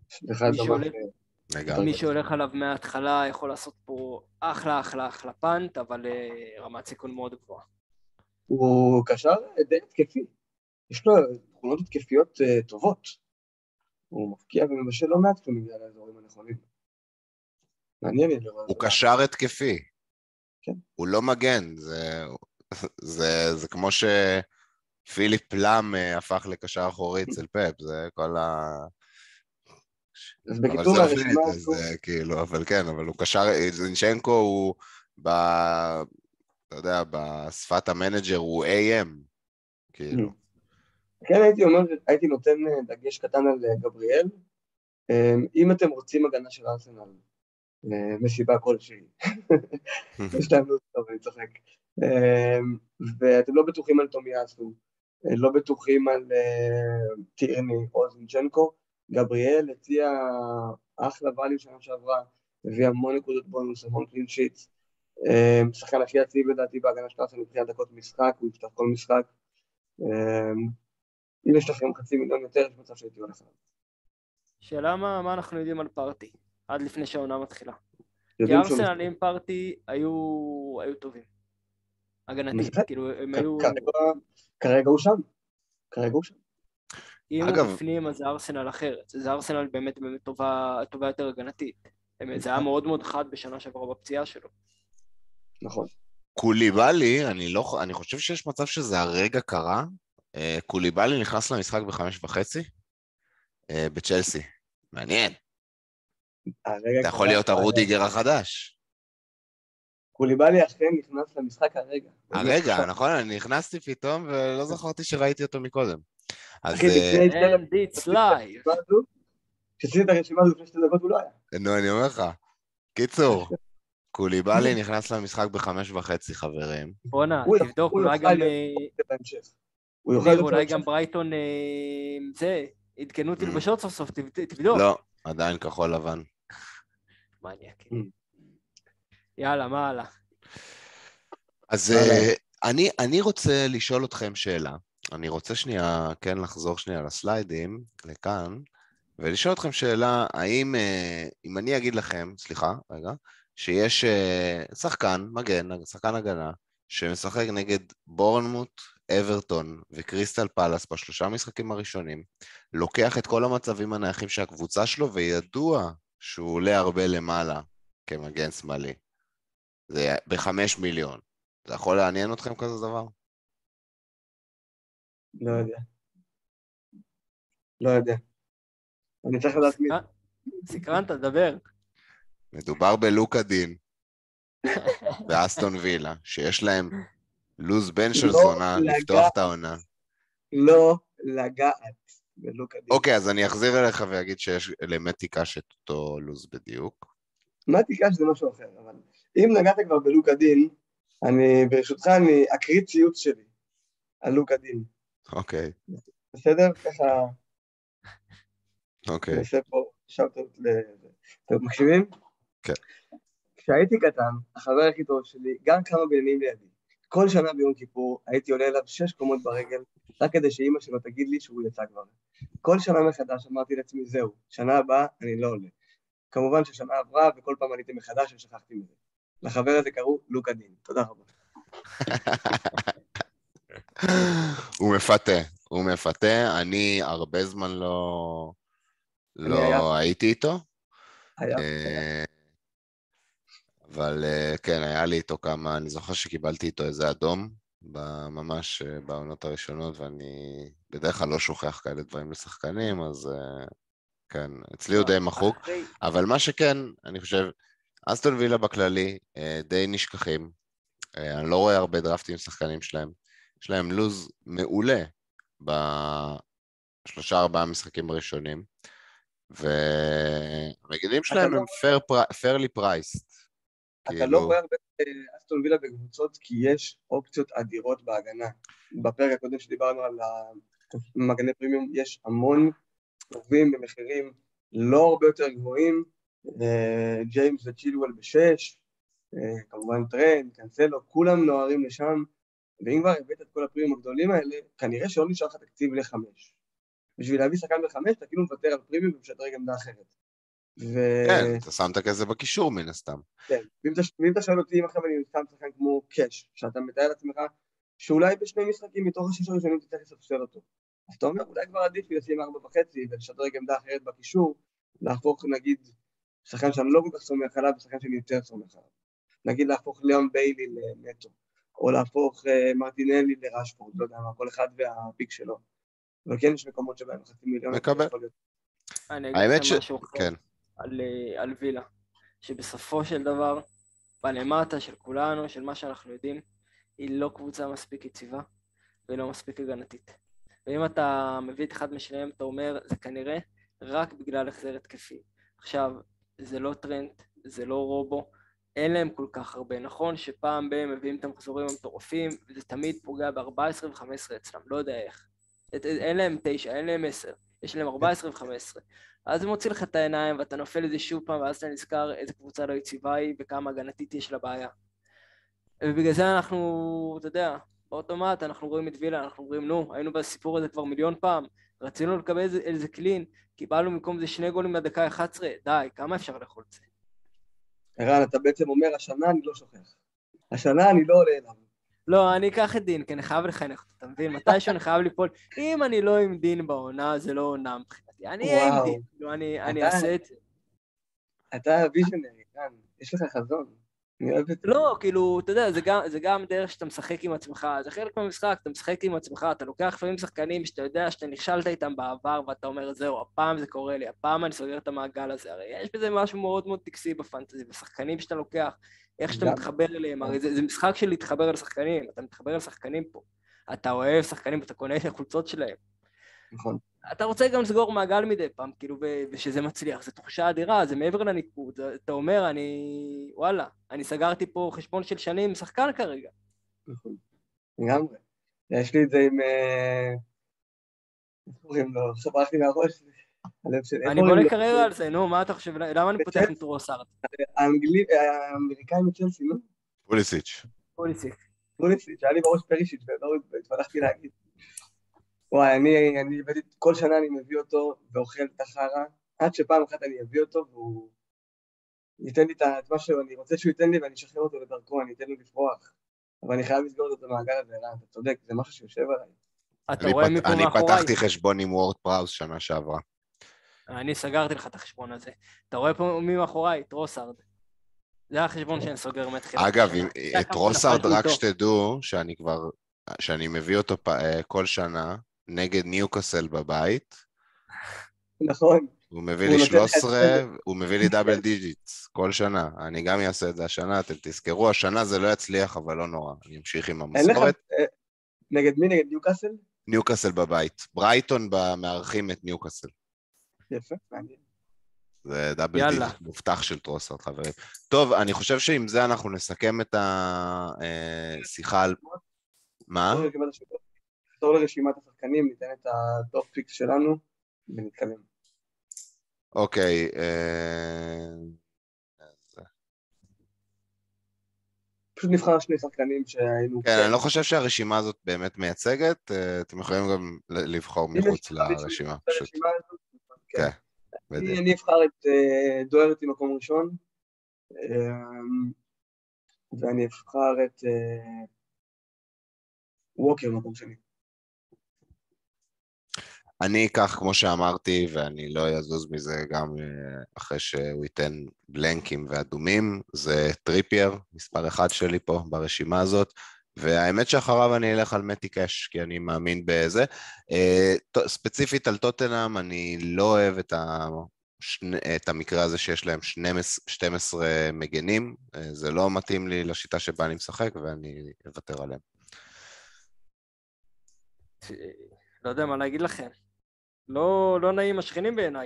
מי שהולך עליו מההתחלה יכול לעשות פה אחלה אחלה אחלה פאנט, אבל רמת סיכון מאוד גבוהה. הוא קשר די התקפי, יש לו תכונות התקפיות טובות, הוא מפקיע ומבשל לא מעט כשהוא מגיע לאזורים הנכונים. מעניין לי לראות. הוא קשר התקפי, כן. הוא לא מגן, זה, זה, זה כמו שפיליפ לם הפך לקשר אחורי אצל פפ, זה כל ה... אז בקיצור הרשימה הזו... כאילו, אבל כן, אבל הוא קשר, זינצ'נקו הוא, ב, אתה יודע, בשפת המנג'ר הוא איי אם, כאילו. כן, הייתי אומר, הייתי נותן דגש קטן על גבריאל, אם אתם רוצים הגנה של ארסנל, מסיבה כלשהי, יש להם לא טוב, אני צוחק, ואתם לא בטוחים על תומיאסו, לא בטוחים על טירני או זינצ'נקו, גבריאל הציע אחלה ואליו שנה שעברה, הביא המון נקודות בונוס, המון קלין שיטס, שחקן הכי יציב לדעתי בהגנה של ארסנל מבחינת דקות משחק, הוא יפתח כל משחק, אם יש לכם חצי מיליון יותר, יש מצב שהייתי הולך עליו. שאלה מה, מה אנחנו יודעים על פארטי, עד לפני שהעונה מתחילה. כי ארסנל עם פארטי היו, היו טובים. הגנתית, כאילו הם היו... כרגע הוא שם. כרגע הוא שם. אם הוא בפנים, אז זה ארסנל אחרת. זה ארסנל באמת באמת טובה, טובה יותר הגנתית. זה היה מאוד מאוד חד בשנה שעברה בפציעה שלו. נכון. קוליבאלי, אני לא, אני חושב שיש מצב שזה הרגע קרה. קוליבאלי נכנס למשחק בחמש וחצי בצ'לסי. מעניין. זה יכול להיות הרודיגר החדש. קוליבאלי אכן נכנס למשחק הרגע. הרגע, נכון? אני נכנסתי פתאום ולא זכרתי שראיתי אותו מקודם. אז... And it's live. כשעשיתי את הרשימה הזו לפני שתי דקות הוא לא היה. נו, אני אומר לך. קיצור, קוליבאלי נכנס למשחק בחמש וחצי, חברים. בוא'נה, תבדוק, אולי גם... אולי גם ברייטון, זה, עדכנו אותי לבשות סוף סוף, תבדוק. לא, עדיין כחול לבן. מעניין. יאללה, מה הלאה? אז אני, אני רוצה לשאול אתכם שאלה. אני רוצה שנייה, כן, לחזור שנייה לסליידים, לכאן, ולשאול אתכם שאלה, האם, אם אני אגיד לכם, סליחה, רגע, שיש uh, שחקן, מגן, שחקן הגנה, שמשחק נגד בורנמוט, אברטון וקריסטל פלאס בשלושה משחקים הראשונים, לוקח את כל המצבים הנייחים של הקבוצה שלו, וידוע שהוא עולה הרבה למעלה כמגן שמאלי. זה בחמש מיליון. זה יכול לעניין אתכם כזה דבר? לא יודע. לא יודע. אני צריך לדעת מי. סקרנת, דבר. מדובר בלוקה דין, באסטון וילה, שיש להם לוז בן של לא זונה, לגעת. לפתוח את העונה. לא לגעת בלוקה דין. אוקיי, אז אני אחזיר אליך ואגיד שיש למתי קאש את אותו לוז בדיוק. מתי קאש זה משהו אחר, אבל אם נגעת כבר בלוקה דין, אני, ברשותך, אני אקריא ציוץ שלי על לוקה דין. אוקיי. בסדר? ככה... אוקיי. אני אעשה פה שאוט-אוט לזה. אתם מקשיבים? כן. כשהייתי קטן, החבר הכי טוב שלי, גם כמה בניינים לידי. כל שנה ביום כיפור הייתי עולה אליו שש קומות ברגל, רק כדי שאמא שלו תגיד לי שהוא יצא כבר. כל שנה מחדש אמרתי לעצמי, זהו, שנה הבאה אני לא עולה. כמובן ששנה עברה וכל פעם עליתי מחדש ושכחתי מזה. לחבר הזה קראו לוקה דין. תודה רבה. הוא מפתה, הוא מפתה. אני הרבה זמן לא, לא הייתי איתו. היה. אבל כן, היה לי איתו כמה, אני זוכר שקיבלתי איתו איזה אדום, ממש בעונות הראשונות, ואני בדרך כלל לא שוכח כאלה דברים לשחקנים, אז כן, אצלי הוא די מחוק. אבל מה שכן, אני חושב, אסטון וילה בכללי די נשכחים. אני לא רואה הרבה דרפטים שחקנים שלהם. יש להם לוז מעולה בשלושה ארבעה משחקים הראשונים, והמגינים שלהם הם fairly priced. אתה לא רואה הרבה אסטון וילה בקבוצות כי יש אופציות אדירות בהגנה. בפרק הקודם שדיברנו על מגני פרימיום, יש המון טובים במחירים לא הרבה יותר גבוהים, ג'יימס וצ'ילואל בשש, כמובן טרנד, קנסלו, כולם נוערים לשם, ואם כבר הבאת את כל הפרימיום הגדולים האלה, כנראה שלא נשאר לך תקציב לחמש. בשביל להביא שחקן בחמש, אתה כאילו מוותר על פרימיום ומשדרג עמדה אחרת. כן, אתה שם את הכסף בקישור מן הסתם. כן, ואם אתה שואל אותי, אם עכשיו אני שם שחקן כמו קאש, שאתה מתאר לעצמך, שאולי בשני משחקים מתוך השש הראשונים תצטרך לספסל אותו. אז אתה אומר, אולי כבר עדיף לי לשים ארבע וחצי ולשדרג עמדה אחרת בקישור, להפוך נגיד שחקן שאני לא כל כך סומך עליו ושחקן שאני יותר סומך עליו. נגיד להפוך ליאון ביילי לנטו, או להפוך מרטינלי לרשפורד, לא יודע מה, כל אחד והפיק שלו. אבל כן יש מקומות שבהם חצי מיליון. מקבל. אני אגיד לכם משהו אחר על, על וילה, שבסופו של דבר, בלמטה של כולנו, של מה שאנחנו יודעים, היא לא קבוצה מספיק יציבה, והיא לא מספיק הגנתית. ואם אתה מביא את אחד משניהם, אתה אומר, זה כנראה רק בגלל החזר התקפי. עכשיו, זה לא טרנד, זה לא רובו, אין להם כל כך הרבה. נכון שפעם בהם מביאים את המחזורים המטורפים, וזה תמיד פוגע ב-ארבע עשרה ו-חמש עשרה אצלם, לא יודע איך. אין להם תשע, אין להם עשר, יש להם ארבע עשרה ו-חמש עשרה. אז זה מוציא לך את העיניים, ואתה נופל לזה שוב פעם, ואז אתה נזכר איזה קבוצה לא יציבה היא, וכמה הגנתית יש לה בעיה. ובגלל זה אנחנו, אתה יודע, באוטומט אנחנו רואים את וילה, אנחנו אומרים, נו, היינו בסיפור הזה כבר מיליון פעם, רצינו לקבל איזה, איזה קלין, קיבלנו במקום זה שני גולים מהדקה אחת עשרה, די, כמה אפשר לאכול את זה? ערן, אתה בעצם אומר, השנה אני לא שוכח. השנה אני לא עולה אליו. לא, אני אקח את דין, כי אני חייב לחנך אותו, אתה מבין? מתישהו אני חייב ליפול, אם אני לא עם דין בעונה, זה לא עונה מבחינתי, אני אהיה עם דין, אני, אני אעשה את זה. אתה ויז'נרי, ערן, יש לך חזון. לא, כאילו, אתה יודע, זה גם, זה גם דרך שאתה משחק עם עצמך, זה חלק מהמשחק, אתה משחק עם עצמך, אתה לוקח לפעמים שחקנים שאתה יודע שאתה נכשלת איתם בעבר, ואתה אומר, זהו, הפעם זה קורה לי, הפעם אני סוגר את המעגל הזה, הרי יש בזה משהו מאוד מאוד טקסי בפנטזי, בשחקנים שאתה לוקח, איך שאתה מתחבר אליהם, הרי זה, זה משחק של להתחבר על שחקנים, אתה מתחבר על שחקנים פה, אתה אוהב שחקנים ואתה קונה את החולצות שלהם. נכון. אתה רוצה גם לסגור מעגל מדי פעם, כאילו, ושזה מצליח, זו תחושה אדירה, זה מעבר לניקוד, אתה אומר, אני, וואלה, אני סגרתי פה חשבון של שנים עם שחקן כרגע. נכון, לגמרי. יש לי את זה עם, איך קוראים לו, עכשיו ברח לי מהראש, אני בוא נקרר על זה, נו, מה אתה חושב, למה אני פותח עם טרוסארד? האמריקאי מצ'לסי, נו? פוליסיץ'. פוליסיץ'. פוליסיץ', היה לי בראש פרישיץ', והתפתחתי להגיד. וואי, אני, אני, כל שנה אני מביא אותו ואוכל את החרה, עד שפעם אחת אני אביא אותו והוא ייתן לי את מה שאני רוצה שהוא ייתן לי, ואני אשחרר אותו לדרכו, אני אתן לו לפרוח. אבל אני חייב לסגור את המעגל הזה, אתה צודק, זה משהו שיושב עליי. אתה רואה מי פה אני מאחוריי? פתחתי חשבון עם וורד פראוס שנה שעברה. אני סגרתי לך את החשבון הזה. אתה רואה פה מי מאחוריי? את רוסארד. זה החשבון שאני סוגר מתחילת אגב, השנה. את רוסארד רק שתדעו שאני כבר, שאני מביא אותו כל שנה נגד ניוקאסל בבית. נכון. הוא מביא לי שלוש עשרה, הוא מביא לי דאבל דיג'יטס כל שנה. אני גם אעשה את זה השנה, אתם תזכרו, השנה זה לא יצליח, אבל לא נורא. אני אמשיך עם המסורת. נגד מי? נגד ניוקאסל? ניוקאסל בבית. ברייטון מארחים את ניוקאסל. יפה, מעניין. זה דאבל דיג'יט מובטח של טרוסארד, חברים. טוב, אני חושב שעם זה אנחנו נסכם את השיחה על... מה? נחזור לרשימת השחקנים, ניתן את הטופ פיקס שלנו, ונתקדם. אוקיי. פשוט נבחר שני שחקנים שהיינו... כן, אני לא חושב שהרשימה הזאת באמת מייצגת, אתם יכולים גם לבחור מחוץ לרשימה. כן. אני אבחר את דוארטי מקום ראשון, ואני אבחר את ווקר מקום שני. אני אקח, כמו שאמרתי, ואני לא אזוז מזה גם אחרי שהוא ייתן בלנקים ואדומים, זה טריפייר, מספר אחד שלי פה ברשימה הזאת, והאמת שאחריו אני אלך על מתי קאש, כי אני מאמין בזה. ספציפית על טוטנהאם, אני לא אוהב את ה... את המקרה הזה שיש להם שתים עשרה מגנים, זה לא מתאים לי לשיטה שבה אני משחק, ואני אוותר עליהם. לא יודע מה להגיד לכם. לא, לא נעים השכנים בעיניי.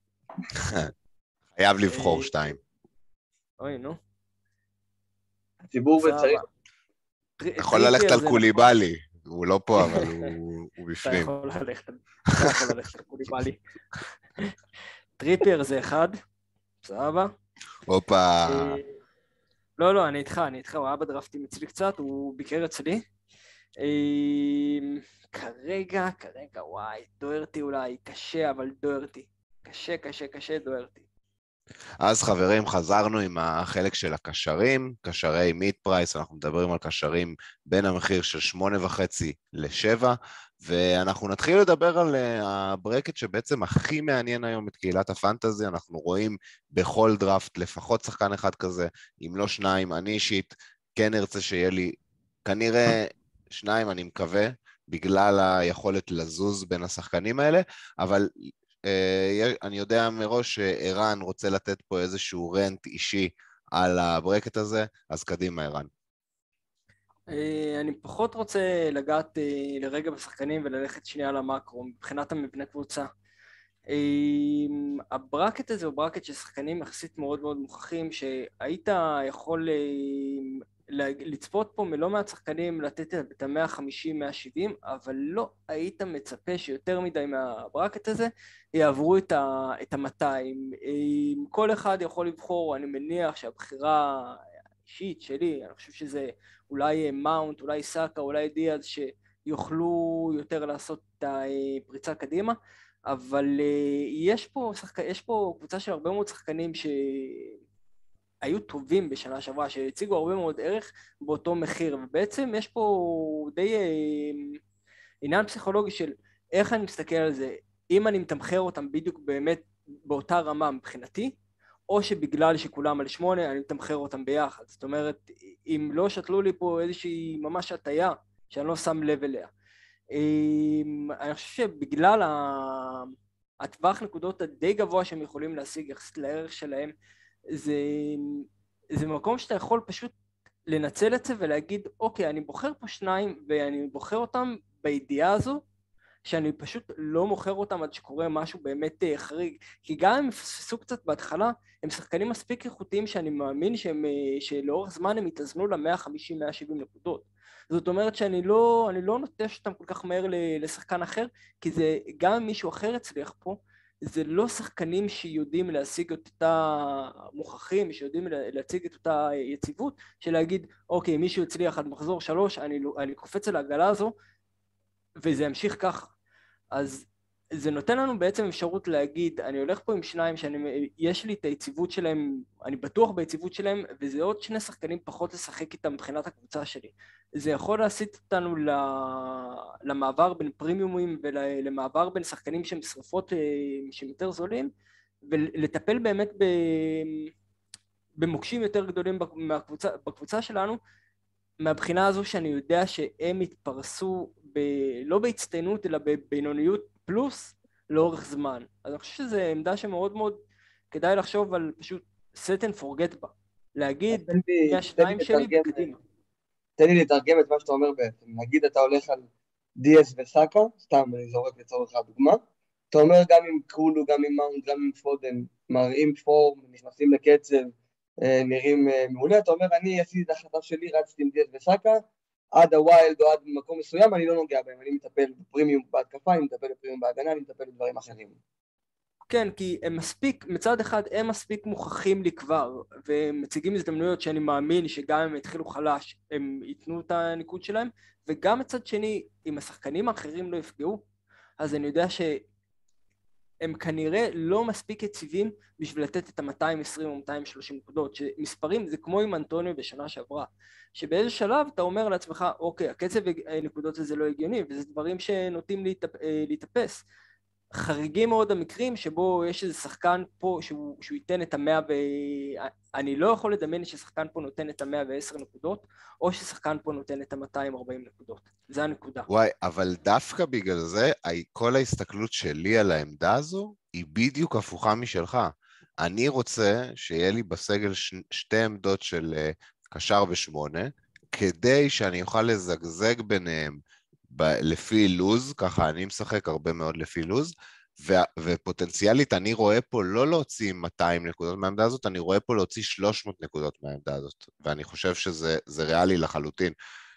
חייב לבחור שתיים. אוי, נו. הציבור וצריך. יכול ללכת על קוליבאלי. הוא לא פה, אבל הוא בפנים. אתה יכול ללכת. אתה יכול ללכת על קוליבאלי. טריפייר זה אחד, סבבה. הופה. לא, לא, אני איתך, אני איתך, הוא היה בדרפטים אצלי קצת, הוא ביקר אצלי. כרגע, כרגע, וואי, דוארטי אולי, קשה, אבל דוארטי. קשה, קשה, קשה, דוארטי. אז חברים, חזרנו עם החלק של הקשרים, קשרי מיד פרייס, אנחנו מדברים על קשרים בין המחיר של שמונה וחצי לשבע, ואנחנו נתחיל לדבר על הברקט שבעצם הכי מעניין היום את קהילת הפנטזי, אנחנו רואים בכל דראפט לפחות שחקן אחד כזה, אם לא שניים, אני אישית כן ארצה שיהיה לי כנראה שניים, אני מקווה, בגלל היכולת לזוז בין השחקנים האלה, אבל אני יודע מראש שאירן רוצה לתת פה איזשהו רנט אישי על הברקט הזה, אז קדימה אירן. אני פחות רוצה לגעת לרגע בשחקנים וללכת שנייה למקרו, מבחינת המבנה קבוצה. הברקט הזה הוא ברקט של שחקנים יחסית מאוד מאוד מוכחים, שהיית יכול לצפות פה מלא מעט שחקנים לתת את ה-מאה חמישים מאה שבעים, אבל לא היית מצפה שיותר מדי מהברקט הזה יעברו את ה-מאתיים. כל אחד יכול לבחור, אני מניח שהבחירה האישית שלי, אני חושב שזה אולי מאונט, אולי סאקה, אולי דיאז, שיוכלו יותר לעשות את הפריצה קדימה, אבל יש פה, יש פה קבוצה של הרבה מאוד שחקנים ש... היו טובים בשנה שעברה, שהציגו הרבה מאוד ערך באותו מחיר, ובעצם יש פה די אה, עניין פסיכולוגי של איך אני מסתכל על זה, אם אני מתמחר אותם בדיוק באמת באותה רמה מבחינתי, או שבגלל שכולם על שמונה, אני מתמחר אותם ביחד. זאת אומרת, אם לא שתלו לי פה איזושהי ממש הטיה, שאני לא שם לב אליה. אה, אני חושב שבגלל ה... הטווח נקודות הדי גבוה שהם יכולים להשיג יחסית לערך שלהם, זה, זה מקום שאתה יכול פשוט לנצל את זה ולהגיד, אוקיי, אני בוחר פה שניים ואני בוחר אותם בידיעה הזו, שאני פשוט לא מוכר אותם עד שקורה משהו באמת חריג, כי גם הם יפספסו קצת בהתחלה, הם שחקנים מספיק איכותיים שאני מאמין שהם, שלאורך זמן הם יתאזנו ל-מאה חמישים מאה שבעים נקודות. זאת אומרת שאני לא, אני לא נוטש אותם כל כך מהר לשחקן אחר, כי זה גם מישהו אחר הצליח פה, זה לא שחקנים שיודעים להשיג את אותה מוכחים, שיודעים להציג את אותה יציבות, של להגיד, אוקיי, מישהו הצליח עד מחזור שלוש, אני, אני קופץ על העגלה הזו, וזה ימשיך ככה. אז זה נותן לנו בעצם אפשרות להגיד, אני הולך פה עם שניים שיש לי את היציבות שלהם, אני בטוח ביציבות שלהם, וזה עוד שני שחקנים פחות לשחק איתם מבחינת הקבוצה שלי. זה יכול להסיט אותנו למעבר בין פרימיומים ולמעבר בין שחקנים שהם שרפות שהם יותר זולים, ולטפל באמת במוקשים יותר גדולים בקבוצה, בקבוצה שלנו, מהבחינה הזו שאני יודע שהם התפרסו ב... לא בהצטיינות אלא בבינוניות פלוס לאורך זמן. אז אני חושב שזו עמדה שמאוד מאוד כדאי לחשוב על פשוט set and forget בה. להגיד מי השניים שלי וקדימה. תן לי לתרגם את מה שאתה אומר בעצם. נגיד אתה הולך על דיאס וסאקה, סתם אני זורק לצורך הדוגמה, אתה אומר גם עם קולו, גם עם מאונט, גם עם פודן, מראים פורם, נכנסים לקצב, נראים מעולה, אתה אומר, אני עשיתי את ההחלטה שלי, רצתי עם דיאס וסאקה, עד הווילד או עד מקום מסוים, אני לא נוגע בהם, אני מטפל בפרימיום בהתקפה, אני מטפל בפרימיום בהגנה, אני מטפל בדברים אחרים. כן, כי הם מספיק, מצד אחד הם מספיק מוכחים לי כבר, ומציגים הזדמנויות שאני מאמין שגם אם התחילו חלש, הם ייתנו את הניקוד שלהם, וגם מצד שני, אם השחקנים האחרים לא יפגעו, אז אני יודע שהם כנראה לא מספיק יציבים בשביל לתת את ה-מאתיים ועשרים או מאתיים ושלושים נקודות, שמספרים זה כמו עם אנטוניו בשנה שעברה, שבאיזה שלב אתה אומר לעצמך, אוקיי, הקצב נקודות הזה לא הגיוני, וזה דברים שנוטים להתאפ... להתאפס. חריגים מאוד המקרים שבו יש איזה שחקן פה שהוא, שהוא ייתן את המאה ו... אני לא יכול לדמיין ששחקן פה נותן את המאה ועשר נקודות, או ששחקן פה נותן את המאתיים וארבעים נקודות. זה הנקודה. וואי, אבל דווקא בגלל זה, כל ההסתכלות שלי על העמדה הזו, היא בדיוק הפוכה משלך. אני רוצה שיהיה לי בסגל ש... שתי עמדות של uh, קשר ושמונה, כדי שאני אוכל לזגזג ביניהם, ב- לפי לוז, ככה אני משחק הרבה מאוד לפי לוז, ו- ופוטנציאלית אני רואה פה לא להוציא מאתיים נקודות מהעמדה הזאת, אני רואה פה להוציא שלוש מאות נקודות מהעמדה הזאת, ואני חושב שזה זה ריאלי לחלוטין,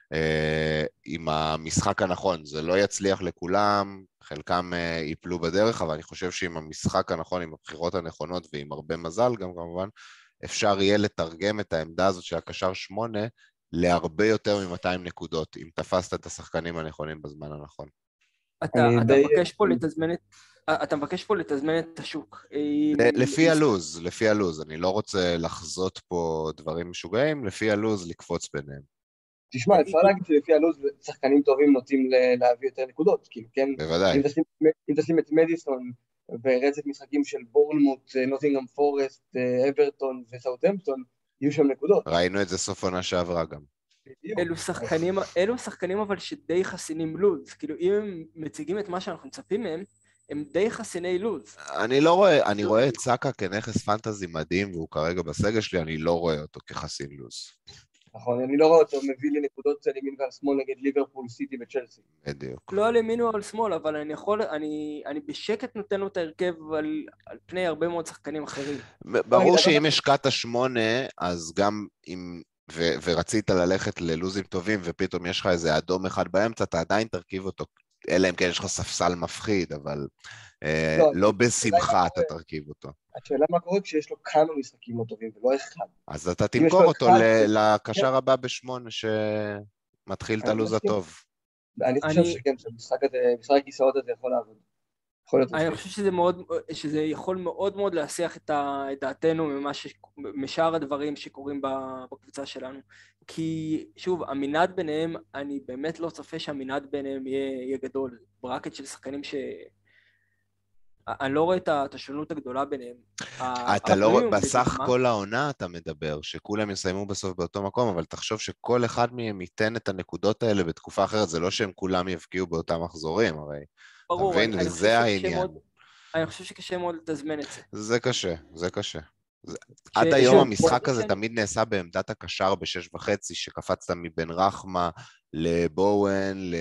אה, עם המשחק הנכון, זה לא יצליח לכולם, חלקם אה, ייפלו בדרך, אבל אני חושב שעם המשחק הנכון, עם הבחירות הנכונות ועם הרבה מזל גם כמובן, אפשר יהיה לתרגם את העמדה הזאת של הקשר שמונה, להרבה יותר מ-מאתיים נקודות, אם תפסת את השחקנים הנכונים בזמן הנכון. אתה, אתה מבקש פה לתזמן את, אתה מבקש פה לתזמן את השוק. לפי הלוז, לפי הלוז, אני לא רוצה לחזות פה דברים משוגעים, לפי הלוז לקפוץ ביניהם. תשמע, אפשר להגיד שלפי הלוז שחקנים טובים נוטים להביא יותר נקודות, כאילו, כן? בוודאי. אם תשים את מדיסון ברצף משחקים של בורנמוט, נוטינגהאם פורסט, אברטון וסאות'המפטון, יהיו שם נקודות. ראינו את זה סוף עונה שעברה גם. אלו שחקנים, אלו שחקנים אבל שדי חסינים לוז, כאילו אם הם מציגים את מה שאנחנו מצפים מהם, הם די חסיני לוז. אני לא רואה, אני רואה את סאקה כנכס פנטזי מדהים, והוא כרגע בסגל שלי, אני לא רואה אותו כחסין לוז. נכון, אני לא רואה אותו, מביא לי נקודות על ימין ועל שמאל נגד ליברפול, סיטי וצ'לסי. בדיוק. לא על ימין או על שמאל, אבל אני יכול, אני, אני בשקט נותן לו את ההרכב על, על פני הרבה מאוד שחקנים אחרים. ברור שאם השקעת שמונה, אז גם אם, ו, ורצית ללכת ללוזים טובים, ופתאום יש לך איזה אדום אחד באמצע, אתה עדיין תרכיב אותו, אלא אם כן יש לך ספסל מפחיד, אבל לא, אה, לא בשמחה אתה תרכיב אותו. השאלה מה קורה כשיש לו כמה משחקים לא טובים, ולא אחד. אז אתה תמכור אותו לקשר הבא בשמונה, שמתחיל את הלוז הטוב. אני חושב שכן, שמשחק הכיסאות הזה יכול לעבוד. אני חושב שזה מאוד, שזה יכול מאוד מאוד להסיח את דעתנו ממה ש... משאר הדברים שקורים בקבוצה שלנו. כי שוב, המנעד ביניהם, אני באמת לא צופה שהמנעד ביניהם יהיה, יהיה גדול. ברקט של שחקנים ש... אני לא רואה את השונות הגדולה ביניהם. אתה לא, בסך כל העונה אתה מדבר, שכולם יסיימו בסוף באותו מקום, אבל תחשוב שכל אחד מהם ייתן את הנקודות האלה בתקופה אחרת, זה לא שהם כולם יפגיעו באותם מחזורים, הרי. ברור, תבין, אני וזה העניין. אני חושב שקשה מאוד לתזמן את זה. זה קשה, זה קשה. עד היום המשחק הזה תמיד נעשה בעמדת הקשר בשש וחצי, שקפצת מבין רחמה לבואן,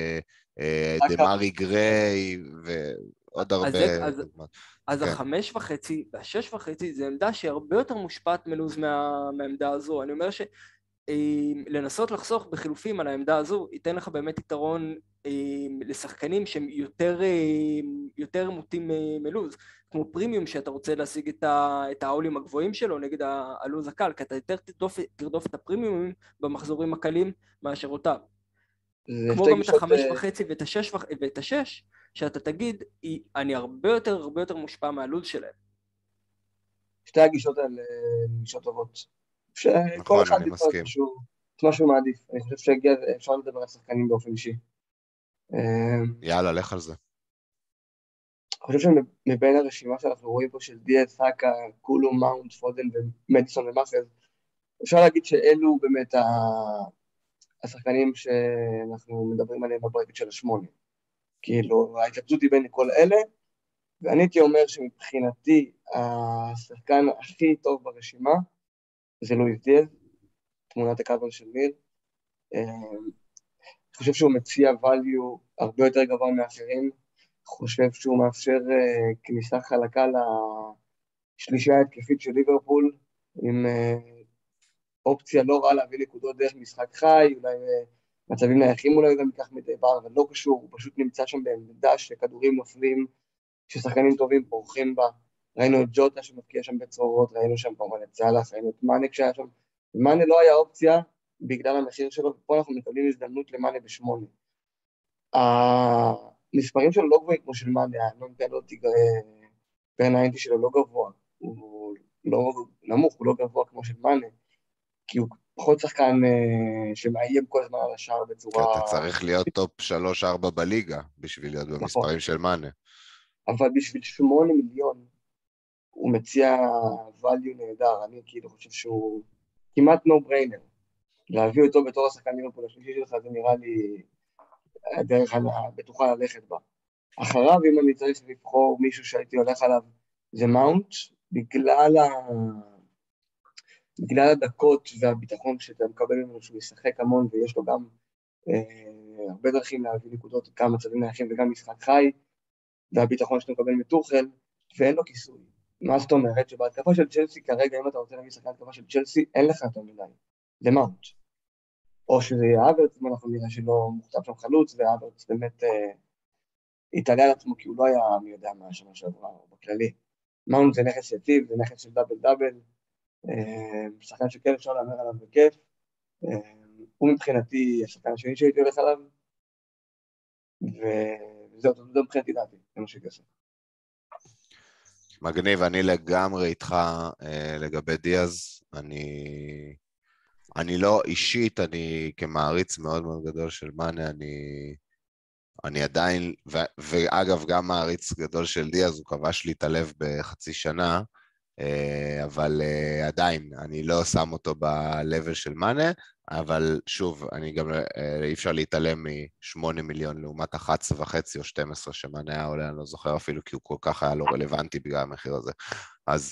לדמרי גריי, ועוד הרבה... אז החמש וחצי והשש וחצי זה עמדה שהרבה יותר מושפעת מלוז מהעמדה הזו. אני אומר שלנסות לחסוך בחילופים על העמדה הזו, ייתן לך באמת יתרון לשחקנים שהם יותר, יותר מוטים מלוז, כמו פרימיום שאתה רוצה להשיג את העולים הגבוהים שלו נגד הלוז הקל, כי אתה יותר תרדוף, תרדוף את הפרימיומים במחזורים הקלים מאשר אותם. כמו גם את החמש וחצי ואת השש, ואת השש, שאתה תגיד, אני הרבה יותר, הרבה יותר מושפע מהלוז שלהם. שתי הגישות האלה גישות טובות. שכל נכון, אחד אני יבחר מסכים. משהו, את מה שהוא מעדיף. אני חושב שהגיע, אפשר לדבר על שחקנים באופן אישי. יאללה, לך על זה. אני חושב שמבין הרשימה שאנחנו רואים פה של דיאז, סאקה, קולו, מאונט, פודן ומדיסון ומאחז, אפשר להגיד שאלו באמת השחקנים שאנחנו מדברים עליהם בברקט של השמונה. כאילו, ההתלבטות היא בין כל אלה, ואני הייתי אומר שמבחינתי השחקן הכי טוב ברשימה זה לואיס דיאז, תמונת הקאבר של ניר. אני חושב שהוא מציע value הרבה יותר גבוה מאחרים, חושב שהוא מאפשר uh, כניסה חלקה לשלישייה ההתקפית של ליברפול, עם uh, אופציה לא רעה להביא נקודות דרך משחק חי, אולי uh, מצבים נייחים אולי גם ייקח מדי בר, אבל לא קשור, הוא פשוט נמצא שם בעמדה שכדורים נופלים, ששחקנים טובים פורחים בה, ראינו את ג'וטה שמפקיע שם בצרורות, ראינו שם כמובן את סלאח, ראינו את מאנה כשהיה שם, מאנה לא היה אופציה בגלל המחיר שלו, ופה אנחנו מקבלים הזדמנות למאנה בשמונה. המספרים שלו לא גבוהים כמו של מאנה, לא נתן לו פר תשעים שלו לא גבוה, הוא לא נמוך, הוא לא גבוה כמו של מאנה, כי הוא פחות שחקן שמאיים כל הזמן על השער בצורה... אתה צריך להיות טופ שלוש ארבע בליגה בשביל להיות במספרים של מאנה. אבל בשביל שמונה מיליון הוא מציע value נהדר, אני כאילו חושב שהוא כמעט no brainer. להביא אותו בתור השחקן ליברפול השלישי שלך, זה נראה לי הדרך הבטוחה ללכת בה. אחריו, אם אני צריך לבחור מישהו שהייתי הולך עליו, זה מאונט, בגלל, ה... בגלל הדקות והביטחון שאתה מקבל ממנו שהוא ישחק המון, ויש לו גם אה, הרבה דרכים להביא נקודות, גם מצבים נייחים וגם משחק חי, והביטחון שאתה מקבל מטוחל, ואין לו כיסוי. מה זאת אומרת? שבהתקפה של צ'לסי כרגע, אם אתה רוצה להביא שחקן התקפה של צ'לסי, אין לך יותר מדי. זה מאונט. או שזה יהיה אברץ, אם אנחנו נראה שלא מוכתב שם חלוץ, ואברץ באמת אה, התעלה על עצמו, כי הוא לא היה מי יודע מה השנה שעברה, או בכללי. מאונט זה נכס יציב, זה נכס של דאבל דאבל, אה, שחקן שכן אפשר לאמר עליו בכיף, אה, הוא מבחינתי השחקן השני שהייתי הולך עליו, וזהו, זה מבחינתי דעתי, זה מה שכסף. מגניב, אני לגמרי איתך אה, לגבי דיאז, אני... אני לא אישית, אני כמעריץ מאוד מאוד גדול של מאנה, אני, אני עדיין, ו, ואגב גם מעריץ גדול של דיאז, הוא כבש לי את הלב בחצי שנה, אבל עדיין, אני לא שם אותו בלבל של מאנה, אבל שוב, אני גם אי אפשר להתעלם משמונה מיליון לעומת אחת עשרה וחצי או שתים עשרה שמאנה היה עולה, אני לא זוכר אפילו, כי הוא כל כך היה לא רלוונטי בגלל המחיר הזה. אז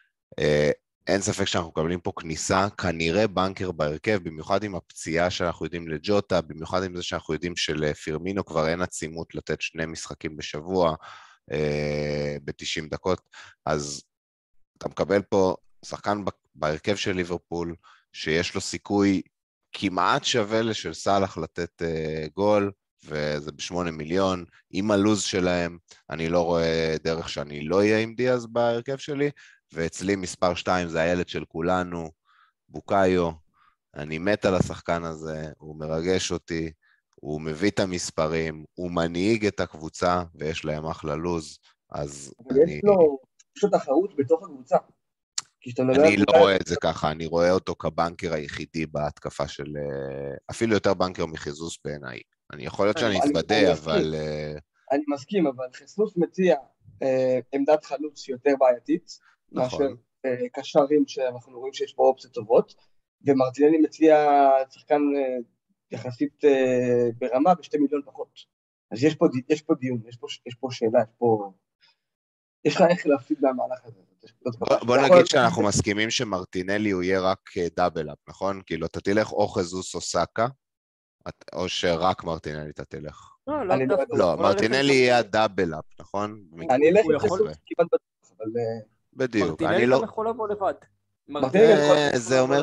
אין ספק שאנחנו מקבלים פה כניסה, כנראה בנקר בהרכב, במיוחד עם הפציעה שאנחנו יודעים לג'וטה, במיוחד עם זה שאנחנו יודעים שלפירמינו כבר אין עצימות לתת שני משחקים בשבוע, אה, ב-תשעים דקות, אז אתה מקבל פה שחקן בהרכב של ליברפול, שיש לו סיכוי כמעט שווה לשל סלאח לתת אה, גול, וזה בשמונה מיליון, עם הלוז שלהם, אני לא רואה דרך שאני לא אהיה עם דיאז בהרכב שלי, ואצלי מספר שתיים זה הילד של כולנו, בוקאיו, אני מת על השחקן הזה, הוא מרגש אותי, הוא מביא את המספרים, הוא מנהיג את הקבוצה, ויש להם אחלה לוז, אז אבל אני... יש לו פשוט תחרות בתוך הקבוצה. אני לא רואה את זה ככה, אני רואה אותו כבנקר היחידי בהתקפה של... אפילו יותר בנקר מחיזוס בעיניי. אני יכול להיות שאני אתוודא, אבל... אני מסכים, אבל חיסוס מציע עמדת חלוץ יותר בעייתית, מאשר קשרים שאנחנו רואים שיש פה אופציות טובות, ומרטינלי מציע שחקן יחסית ברמה בשתי מיליון פחות. אז יש פה, יש פה דיון, יש פה, יש פה שאלה, יש פה... יש לך איך להפסיד מהמהלך הזה. בוא נגיד שאנחנו מסכימים שמרטינלי הוא יהיה רק דאבל-אפ, נכון? כאילו, אתה תלך או חיזוס או סאקה, או שרק מרטינלי אתה תלך. לא, מרטינלי יהיה הדאבל-אפ, נכון? אני אלך עם חיזוס כמעט בטוח, אבל... בדיוק, מרטינלי גם יכול לבוא לבד. זה אומר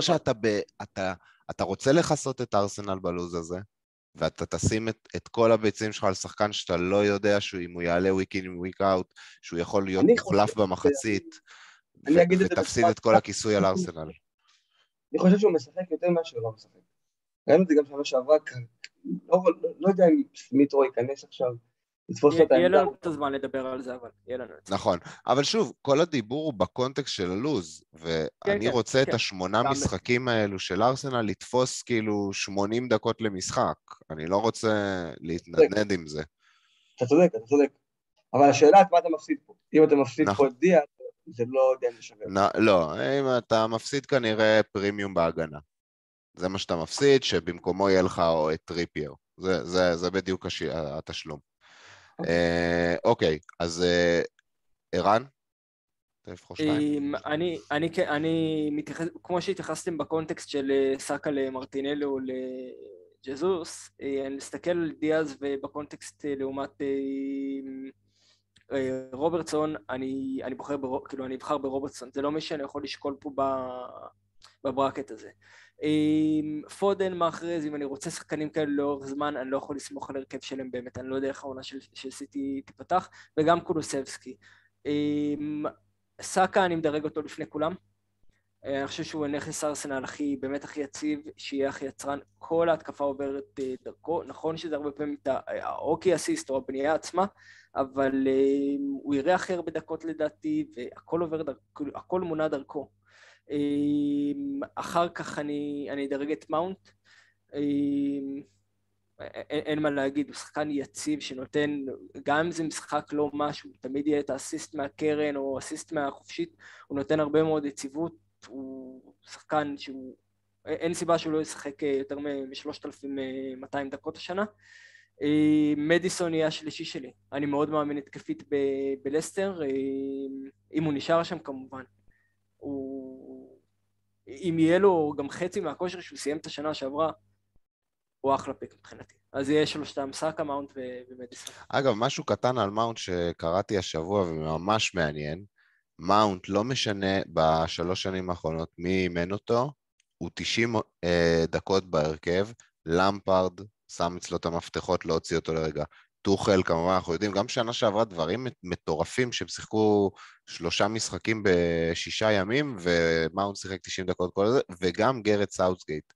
שאתה רוצה לחסות את ארסנל בלוז הזה, ואתה תשים את, את כל הביצים שלך על שחקן שאתה לא יודע שאם הוא יעלה וויק אין וויק אאוט, שהוא יכול להיות מוחלף במחצית, ו- ותפסיד את כל הכיסוי על ארסנל. אני חושב שהוא משחק יותר מאשר לא משחק. ראינו את זה גם שנה שעברה, לא, לא, לא יודע אם סמית רו ייכנס עכשיו, לתפוס לו את יהיה העמדה. לנו את הזמן לדבר על זה, אבל יהיה לנו את זה. נכון, אבל שוב, כל הדיבור הוא בקונטקסט של הלוז, ואני כן, רוצה את כן. השמונה גם- משחקים האלו של ארסנל לתפוס כאילו שמונים דקות למשחק. אני לא רוצה להתנדנד עם זה. אתה צודק, אתה צודק. אבל השאלה את מה אתה מפסיד פה. אם אתה מפסיד נכון. פה את דיה, זה לא יודע אם זה שווה. נ- לא, אם אתה מפסיד כנראה פרימיום בהגנה. זה מה שאתה מפסיד, שבמקומו יהיה לך או את טריפייר. זה, זה, זה בדיוק הש... התשלום. אה, אוקיי, אז אה, ערן? אתה לבחור שתיים? אמ, אני, אני, כ- אני מתייחס, כמו שהתייחסתם בקונטקסט של אה, סאקה למרטינלו או לג'זוס, אה, אני מסתכל על דיאז ובקונטקסט אה, לעומת אה, אה, רוברטסון, אני, אני בוחר, בר, כאילו אני אבחר ברוברטסון, זה לא מי שאני יכול לשקול פה ב, בברקט הזה. אמ, פודן מאחרז, אם אני רוצה שחקנים כאלה לאורך זמן, אני לא יכול לסמוך על הרכב שלהם באמת, אני לא יודע איך העונה של, של סיטי תיפתח, וגם קולוסבסקי. אמ, סאקה אני מדרג אותו לפני כולם, אני חושב שהוא נכס ארסנל הכי, באמת הכי יציב, שיהיה הכי יצרן, כל ההתקפה עוברת דרכו, נכון שזה הרבה פעמים את האוקי אסיסט או הבנייה עצמה, אבל הוא יראה הכי הרבה דקות לדעתי, והכל עובר דרכו, הכל מונע דרכו. אחר כך אני, אני אדרג את מאונט, אין, אין מה להגיד, הוא שחקן יציב שנותן, גם אם זה משחק לא משהו, תמיד יהיה את האסיסט מהקרן או אסיסט מהחופשית, הוא נותן הרבה מאוד יציבות, הוא שחקן שהוא, אין סיבה שהוא לא ישחק יותר מ-שלושת אלפים ומאתיים דקות השנה. מדיסון יהיה השלישי שלי, אני מאוד מאמין התקפית ב- בלסטר, אם הוא נשאר שם כמובן. הוא... אם יהיה לו גם חצי מהכושר שהוא סיים את השנה שעברה, הוא אחלה פיק מבחינתי. אז יהיה שלושתם, סאקה, מאונט ו- ומדיסון. אגב, משהו קטן על מאונט שקראתי השבוע וממש מעניין, מאונט לא משנה בשלוש שנים האחרונות מי אימן אותו, הוא תשעים אה, דקות בהרכב, למפרד שם אצלו את המפתחות להוציא אותו לרגע. טוחל, כמובן, אנחנו יודעים, גם שנה שעברה דברים מטורפים שהם שיחקו שלושה משחקים בשישה ימים, ומאונט שיחק תשעים דקות כל זה, וגם גרד סאוטגייט,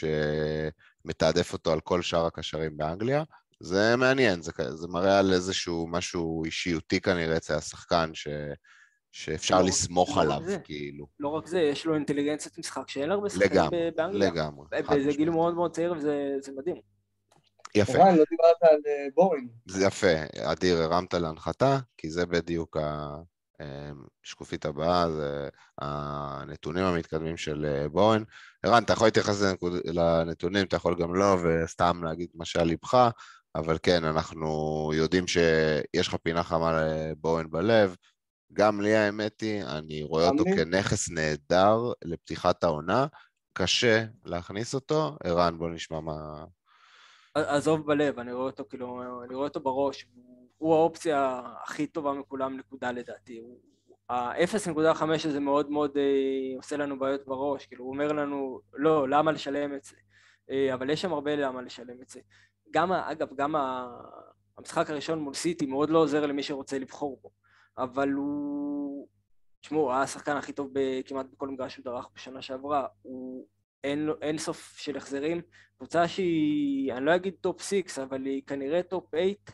שמתעדף אותו על כל שאר הקשרים באנגליה. זה מעניין, זה, זה מראה על איזשהו משהו אישיותי כנראה אצל השחקן, ש, שאפשר לא, לסמוך לא עליו, רק זה. כאילו. לא רק זה, יש לו אינטליגנציית משחק שאין הרבה שחקנים לגמרי, באנגליה. לגמרי. וזה גיל מאוד מאוד צעיר וזה מדהים. יפה. ערן, לא דיברת על בורן. זה יפה, אדיר, הרמת להנחתה, כי זה בדיוק השקופית הבאה, זה הנתונים המתקדמים של בורן. ערן, אתה יכול להתייחס לנתונים, אתה יכול גם לא, וסתם להגיד מה שעל ליבך, אבל כן, אנחנו יודעים שיש לך פינה חמה לבורן בלב, גם לי האמת היא, אני רואה אותו כנכס נהדר לפתיחת העונה, קשה להכניס אותו. ערן, בוא נשמע מה... עזוב בלב, אני רואה אותו כאילו, אני רואה אותו בראש, הוא, הוא האופציה הכי טובה מכולם נקודה לדעתי. ה-אפס נקודה חמש הזה מאוד מאוד אה, עושה לנו בעיות בראש, כאילו הוא אומר לנו, לא, למה לשלם את זה? אה, אבל יש שם הרבה למה לשלם את זה. גם, אגב, גם ה, המשחק הראשון מול סיטי מאוד לא עוזר למי שרוצה לבחור בו, אבל הוא, תשמעו, הוא היה השחקן הכי טוב כמעט בכל מגרש שהוא דרך בשנה שעברה, הוא אין, אין סוף של החזרים, קבוצה שהיא, אני לא אגיד טופ סיקס, אבל היא כנראה טופ אייט,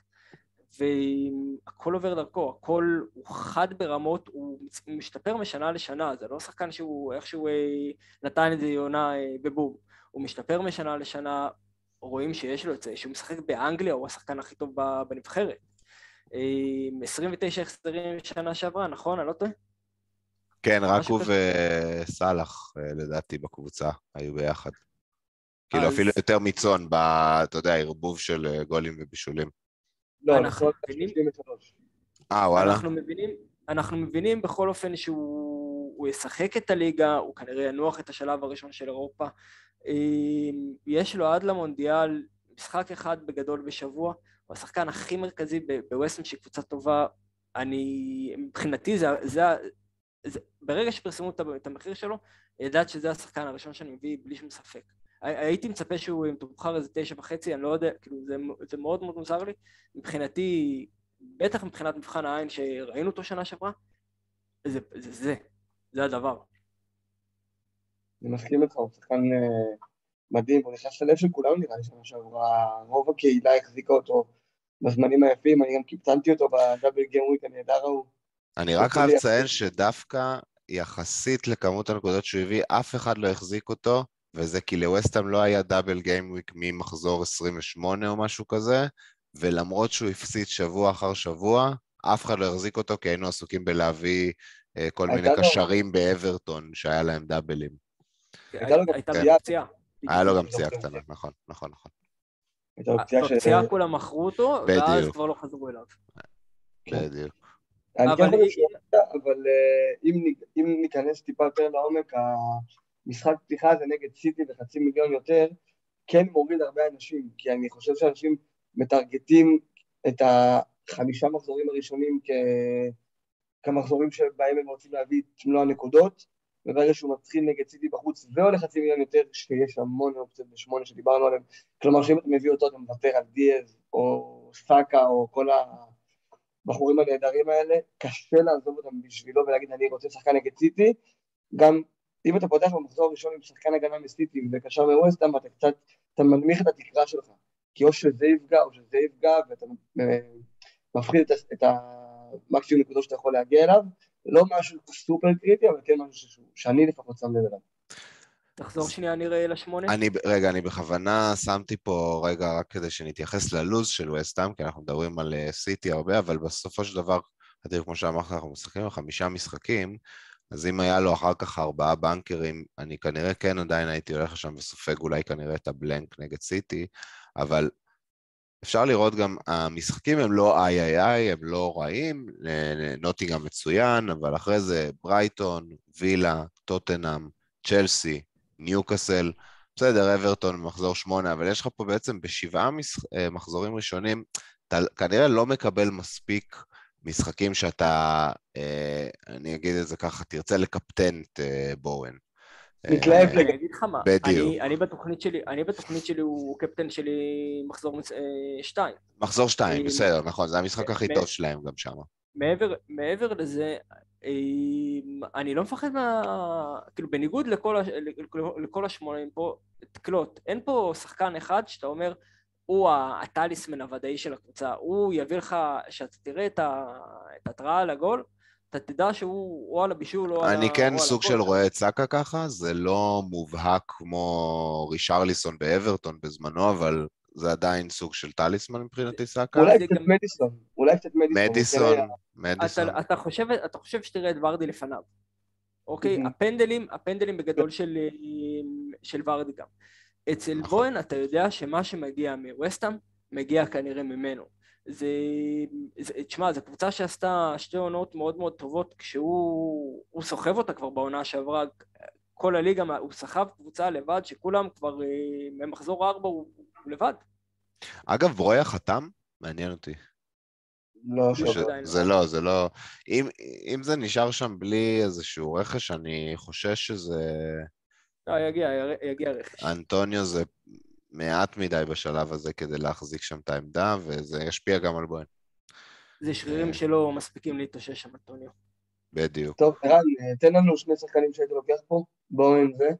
והכל עובר דרכו, הכל הוא חד ברמות, הוא משתפר משנה לשנה, זה לא שחקן שהוא איכשהו נתן את זה עונה בבום, הוא משתפר משנה לשנה, רואים שיש לו את זה, שהוא משחק באנגליה, הוא השחקן הכי טוב בנבחרת. עשרים ותשע החזרים שנה שעברה, נכון? אני לא טועה? כן, רק הוא וסלח, לדעתי, בקבוצה, היו ביחד. כאילו אפילו יותר מצון, אתה יודע, ערבוב של גולים ובישולים. לא, אנחנו שלושים ושלוש. אה, וואלה. אנחנו מבינים, אנחנו מבינים בכל אופן שהוא ישחק את הליגה, הוא כנראה ינוח את השלב הראשון של אירופה. יש לו עד למונדיאל משחק אחד בגדול בשבוע, הוא השחקן הכי מרכזי בווסטהאם שהיא קבוצה טובה. אני, מבחינתי, זה, זה, זה, ברגע שפרסמו את המחיר שלו, ידעת שזה השחקן הראשון שאני מביא בלי שום ספק. הייתי מצפה שהוא תבחר איזה תשע וחצי, אני לא יודע, כאילו זה, זה מאוד מאוד מוזר לי. מבחינתי, בטח מבחינת מבחן העין שראינו אותו שנה שעברה, זה, זה, זה, זה הדבר. אני מסכים איתך, הוא שחקן מדהים, הוא נכנס ללב של כולנו נראה לי שנה שעברה, רוב הקהילה החזיקה אותו בזמנים היפים, אני גם קיפטנתי אותו בדאבל גיים וויק הנהדר ההוא. אני רק חייב לציין שדווקא יחסית לכמות הנקודות שהוא הביא, אף אחד לא החזיק אותו, וזה כי לווסטהאם לא היה דאבל גיים וויק ממחזור עשרים ושמונה או משהו כזה, ולמרות שהוא הפסיד שבוע אחר שבוע, אף אחד לא החזיק אותו, כי היינו עסוקים בלהביא uh, כל מיני קשרים באברטון שהיה להם דאבלים. הייתה לו פציעה. היה לו גם פציעה קטנה, נכון, נכון, נכון. בפציעה כולם מכרו אותו, ואז כבר לא חזרו אליו. בדיוק. אני כן חושב שאתה, אבל אם ניכנס טיפה יותר לעומק, המשחק פתיחה הזה נגד סיטי וחצי מיליון יותר, כן מוריד הרבה אנשים, כי אני חושב שאנשים מטרגטים את החמישה מחזורים הראשונים כמחזורים שבהם הם רוצים להביא את מלוא הנקודות, וברגע שהוא מתחיל נגד סיטי בחוץ ועולה חצי מיליון יותר, שיש המון אופציות בשמונה שדיברנו עליהם, כלומר שאם אתה מביא אותו, אתה מוותר על דיאז או סאקה או כל הבחורים הנהדרים האלה, קשה לעזוב אותם בשבילו ולהגיד אני רוצה שחקן נגד סיטי, גם אם אתה פותח במחזור הראשון עם שחקן הגנה מסיטי וקשר מווסטהאם, אתה קצת, אתה מנמיך את התקרה שלך, כי או שזה יפגע או שזה יפגע, ואתה מפחיד את, את המקסימום נקודות שאתה יכול להגיע אליו, לא משהו סופר קריטי, אבל כן משהו שאני לפחות שם לב אליו. תחזור שנייה נראה לשמונה. אני, רגע, אני בכוונה שמתי פה רגע רק כדי שנתייחס ללוז של ווסטהאם, כי אנחנו מדברים על סיטי הרבה, אבל בסופו של דבר, כמו שאמרת, אנחנו משחקים על חמישה משחקים, אז אם היה לו אחר כך ארבעה בנקרים, אני כנראה כן עדיין הייתי הולך לשם וסופג אולי כנראה את הבלנק נגד סיטי, אבל אפשר לראות גם, המשחקים הם לא איי איי איי, הם לא רעים, נוטינגהאם מצוין, אבל אחרי זה ברייטון, וילה, טוטנהאם, צ'לסי, ניוקאסל, בסדר, אברטון במחזור שמונה, אבל יש לך פה בעצם בשבעה מחזורים ראשונים, אתה כנראה לא מקבל מספיק משחקים שאתה, אני אגיד את זה ככה, תרצה לקפטן את בואן. מתלהב אני אגיד לך מה, בדיוק. אני בתוכנית שלי, אני בתוכנית שלי הוא קפטן שלי מחזור שתיים. מחזור שתיים, בסדר, נכון, זה המשחק הכי טוב שלהם גם שם. מעבר לזה, אני לא מפחד מה, כאילו בניגוד לכל השמונים פה, תקלוט, אין פה שחקן אחד שאתה אומר, הוא הטליסמן הוודאי של הקבוצה, הוא יביא לך, שאתה תראה את ההתראה על הגול, אתה תדע שהוא או על הבישול או על הגול. אני כן סוג של רואה את סאקה ככה, זה לא מובהק כמו רישרליסון באברטון בזמנו, אבל זה עדיין סוג של טליסמן מבחינתי סאקה. אולי קצת מדיסון, אולי קצת מדיסון. מדיסון, מדיסון. אתה חושב, אתה חושב שתראה את ורדי לפניו, אוקיי? הפנדלים, הפנדלים בגדול של, של ורדי גם. אצל בוהן אתה יודע שמה שמגיע מווסטהאם, מגיע כנראה ממנו. זה, זה, תשמע, זו קבוצה שעשתה שתי עונות מאוד מאוד טובות, כשהוא הוא סוחב אותה כבר בעונה שעברה, כל הליגה, הוא סחב קבוצה לבד, שכולם כבר, ממחזור ארבע הוא, הוא לבד. אגב, ברויה חתם? מעניין אותי. לא, ש... זה לא, זה לא. אם, אם זה נשאר שם בלי איזשהו רכש, אני חושש שזה... לא, יגיע, יגיע רכש. אנטוניו זה מעט מדי בשלב הזה כדי להחזיק שם את העמדה, וזה ישפיע גם על בוהן. זה שרירים שלא מספיקים להתאושש שם, אנטוניו. בדיוק. טוב, ערן, תן לנו שני שחקנים שהיית לוקח פה, בוהן ו...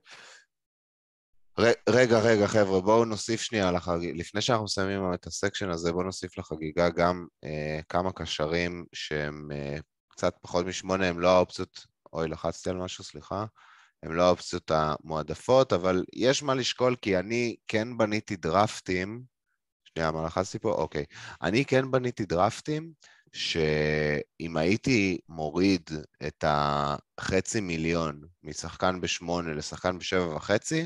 רגע, רגע, חבר'ה, בואו נוסיף שנייה לחגיגה, לפני שאנחנו מסיימים את הסקשן הזה, בואו נוסיף לחגיגה גם אה, כמה קשרים שהם אה, קצת פחות משמונה, הם לא האופציות, אוי, לחצתי על משהו, סליחה, הם לא האופציות המועדפות, אבל יש מה לשקול, כי אני כן בניתי דרפטים, שנייה, מה לחצתי פה? אוקיי, אני כן בניתי דרפטים, שאם הייתי מוריד את החצי מיליון משחקן בשמונה לשחקן בשבע וחצי,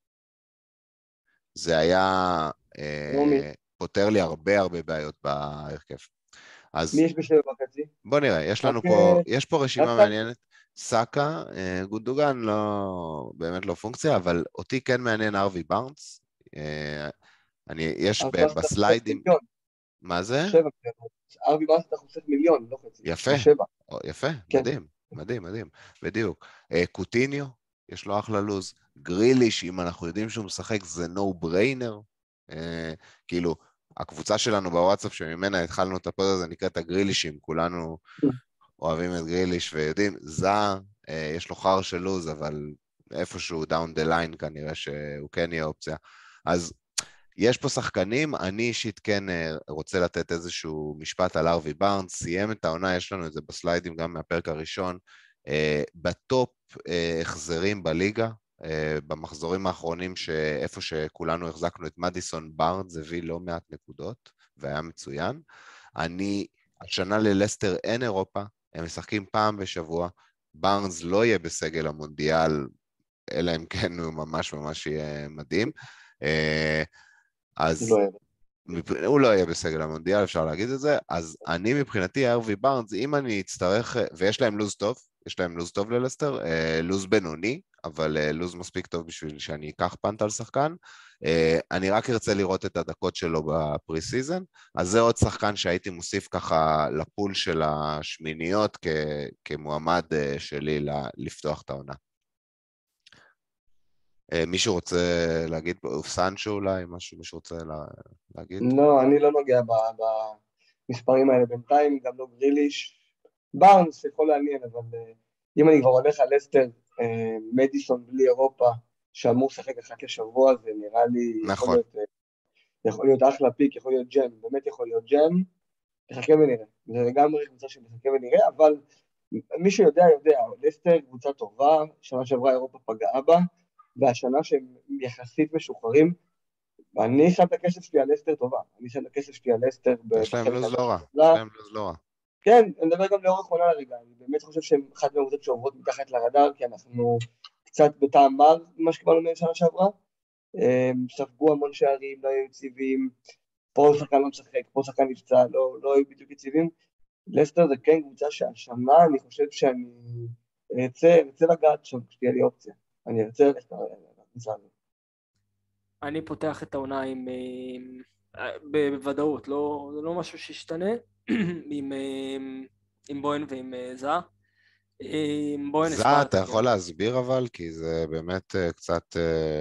זה היה אה, פותר לי הרבה הרבה בעיות בהרכב. אז מי יש בשבע וחצי? בוא נראה, יש לנו פה, יש פה רשימה מעניינת. סאקה, אה, גונדוגן לא, באמת לא פונקציה, אבל אותי כן מעניין ארווי בארנס. אה, אני, יש ב, בסליידים... מה זה? שבע, ארווי בארנס אתה חוסך מיליון, לא חצי. יפה, יפה, מדהים, מדהים, מדהים, בדיוק. אה, קוטיניו, יש לו אחלה לוז. גריליש, אם אנחנו יודעים שהוא משחק, זה נו בריינר. אה, כאילו, הקבוצה שלנו בוואטסאפ שממנה התחלנו את הפוד הזה, נקראת הגרילישים, כולנו אוהבים את גריליש ויודעים, זה, אה, יש לו חר של לוז, אבל איפשהו דאון דה ליין כנראה שהוא כן יהיה אופציה. אז יש פה שחקנים, אני אישית כן רוצה לתת איזשהו משפט על ארווי בארנס, סיים את העונה, יש לנו את זה בסליידים גם מהפרק הראשון, בטופ החזרים בליגה, במחזורים האחרונים שאיפה שכולנו החזקנו את מדיסון, בארנס הביא לא מעט נקודות, והיה מצוין. אני, השנה ללסטר אין אירופה, הם משחקים פעם בשבוע, בארנס לא יהיה בסגל המונדיאל, אלא אם כן הוא ממש ממש יהיה מדהים, אז הוא לא יהיה בסגל המונדיאל, אפשר להגיד את זה, אז אני מבחינתי, ארווי בארנס, אם אני אצטרך, ויש להם לוז טוב, יש להם לוז טוב ללסטר, לוז בינוני, אבל לוז מספיק טוב בשביל שאני אקח פנט על שחקן, אני רק ארצה לראות את הדקות שלו בפרי סיזן, אז זה עוד שחקן שהייתי מוסיף ככה לפול של השמיניות, כמועמד שלי לפתוח את העונה. מישהו רוצה להגיד, סנצ'ו אולי, משהו מישהו רוצה להגיד? לא, אני לא נוגע במספרים האלה בינתיים, גם לא גריליש. בארנס יכול לעניין, אבל אם אני כבר הולך על לסטר, מדיסון בלי אירופה, שאמור לשחק אחת לשבוע, זה נראה לי נכון. יכול להיות, יכול להיות אחלה פיק, יכול להיות ג'ם, באמת יכול להיות ג'ם, תחכה ונראה. זה לגמרי קבוצה שנחכה ונראה, אבל מי שיודע יודע, לסטר קבוצה טובה, שנה שעברה אירופה פגעה בה, והשנה שהם יחסית משוחררים, ואני שם את הכסף שלי על לסטר טובה, אני שם את הכסף שלי על לסטר. יש להם לוז לא רע, יש להם לוז לא רע. כן, אני מדבר גם לאורך עונה לרגע, אני באמת חושב שהם אחת מהקבוצות שעוברות מתחת לרדאר, כי אנחנו קצת בטעם מר, מה שקיבלנו מהם שנה שעברה, ספגו המון שערים, לא היו יציבים, פה שחקן לא משחק, פה שחקן נפצע, לא, לא היו בדיוק יציבים. לסטר זה כן קבוצה שהשנה אני חושב שאני ארצה, ארצה לגעת שם, שתהיה לי אופציה, אני ארצה ללכת לקבוצה הזאת. אני פותח את העונה עם, בוודאות, לא, זה לא משהו שישתנה, עם, עם בוין ועם זהה. זהה, אתה יכול להסביר אבל, כי זה באמת קצת...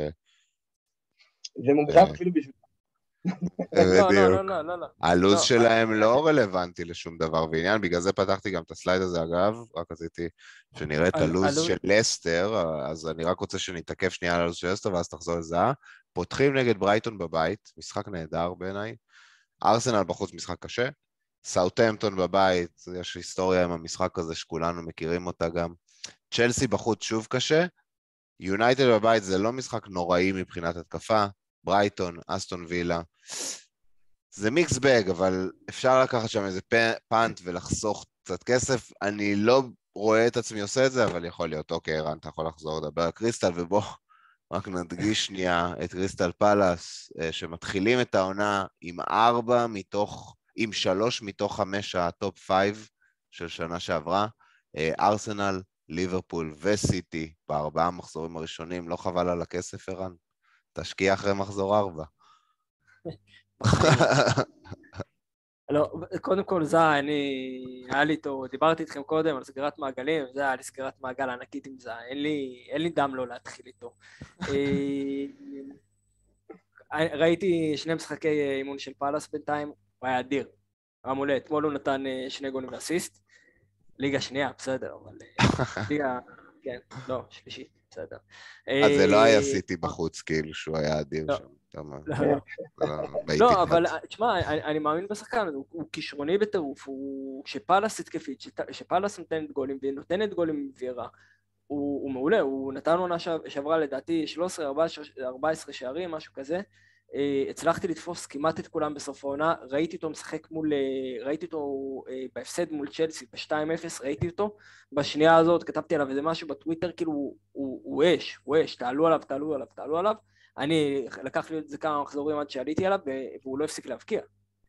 זה מוקדם אפילו בשביל... לא, לא, לא, לא, לא. הלוז שלהם לא רלוונטי לשום דבר ועניין, בגלל זה פתחתי גם את הסלייד הזה אגב, רק רציתי שנראה את הלוז של לסטר, אז אני רק רוצה שנתעכב שנייה על הלוז של לסטר ואז תחזור לזהה. פותחים נגד ברייטון בבית, משחק נהדר בעיניי, ארסנל בחוץ משחק קשה, סאות'המפטון בבית, יש היסטוריה עם המשחק הזה שכולנו מכירים אותה גם, צ'לסי בחוץ שוב קשה, יונייטד בבית זה לא משחק נוראי מבחינת התקפה, ברייטון, אסטון וילה, זה מיקס בג, אבל אפשר לקחת שם איזה פאנט ולחסוך קצת כסף, אני לא רואה את עצמי עושה את זה, אבל יכול להיות, אוקיי, ערן, אתה יכול לחזור לדבר על קריסטל, ובוא, רק נדגיש שנייה את קריסטל פלאס, שמתחילים את העונה עם ארבע מתוך, עם שלוש מתוך חמש הטופ פייב של שנה שעברה, ארסנל, ליברפול וסיטי, בארבעה המחזורים הראשונים, לא חבל על הכסף, ערן? תשקיע אחרי מחזור ארבע. לא, קודם כל זה, אני, היה לי איתו, דיברתי איתכם קודם על סגירת מעגלים, זה היה לי סגירת מעגל ענקית עם זה, אין לי, אין לי דם לא להתחיל איתו. ראיתי שני משחקי אימון של פלאס בינתיים, הוא היה אדיר, המולה, אתמול הוא נתן שני גולים ואסיסט, ליגה שנייה, בסדר, אבל ליגה, כן, לא, שלישית, בסדר. אז זה לא היה סיטי בחוץ, כאילו שהוא היה אדיר שם. לא, אבל תשמע, אני מאמין בשחקן, הוא כישרוני בטירוף, כשפלאס התקפית, כשפלאס נותנת גולים ונותנת גולים מבירה, הוא מעולה, הוא נתן עונה שעברה לדעתי שלוש עשרה ארבע עשרה שערים, משהו כזה, הצלחתי לתפוס כמעט את כולם בסוף העונה, ראיתי אותו משחק מול, ראיתי אותו בהפסד מול צ'לסי ב-שתיים אפס, ראיתי אותו, בשנייה הזאת כתבתי עליו איזה משהו בטוויטר, כאילו הוא אש, הוא אש, תעלו עליו, תעלו עליו, תעלו עליו, אני לקח לי את זה כמה מחזורים עד שעליתי עליו, והוא לא הפסיק להבקיע.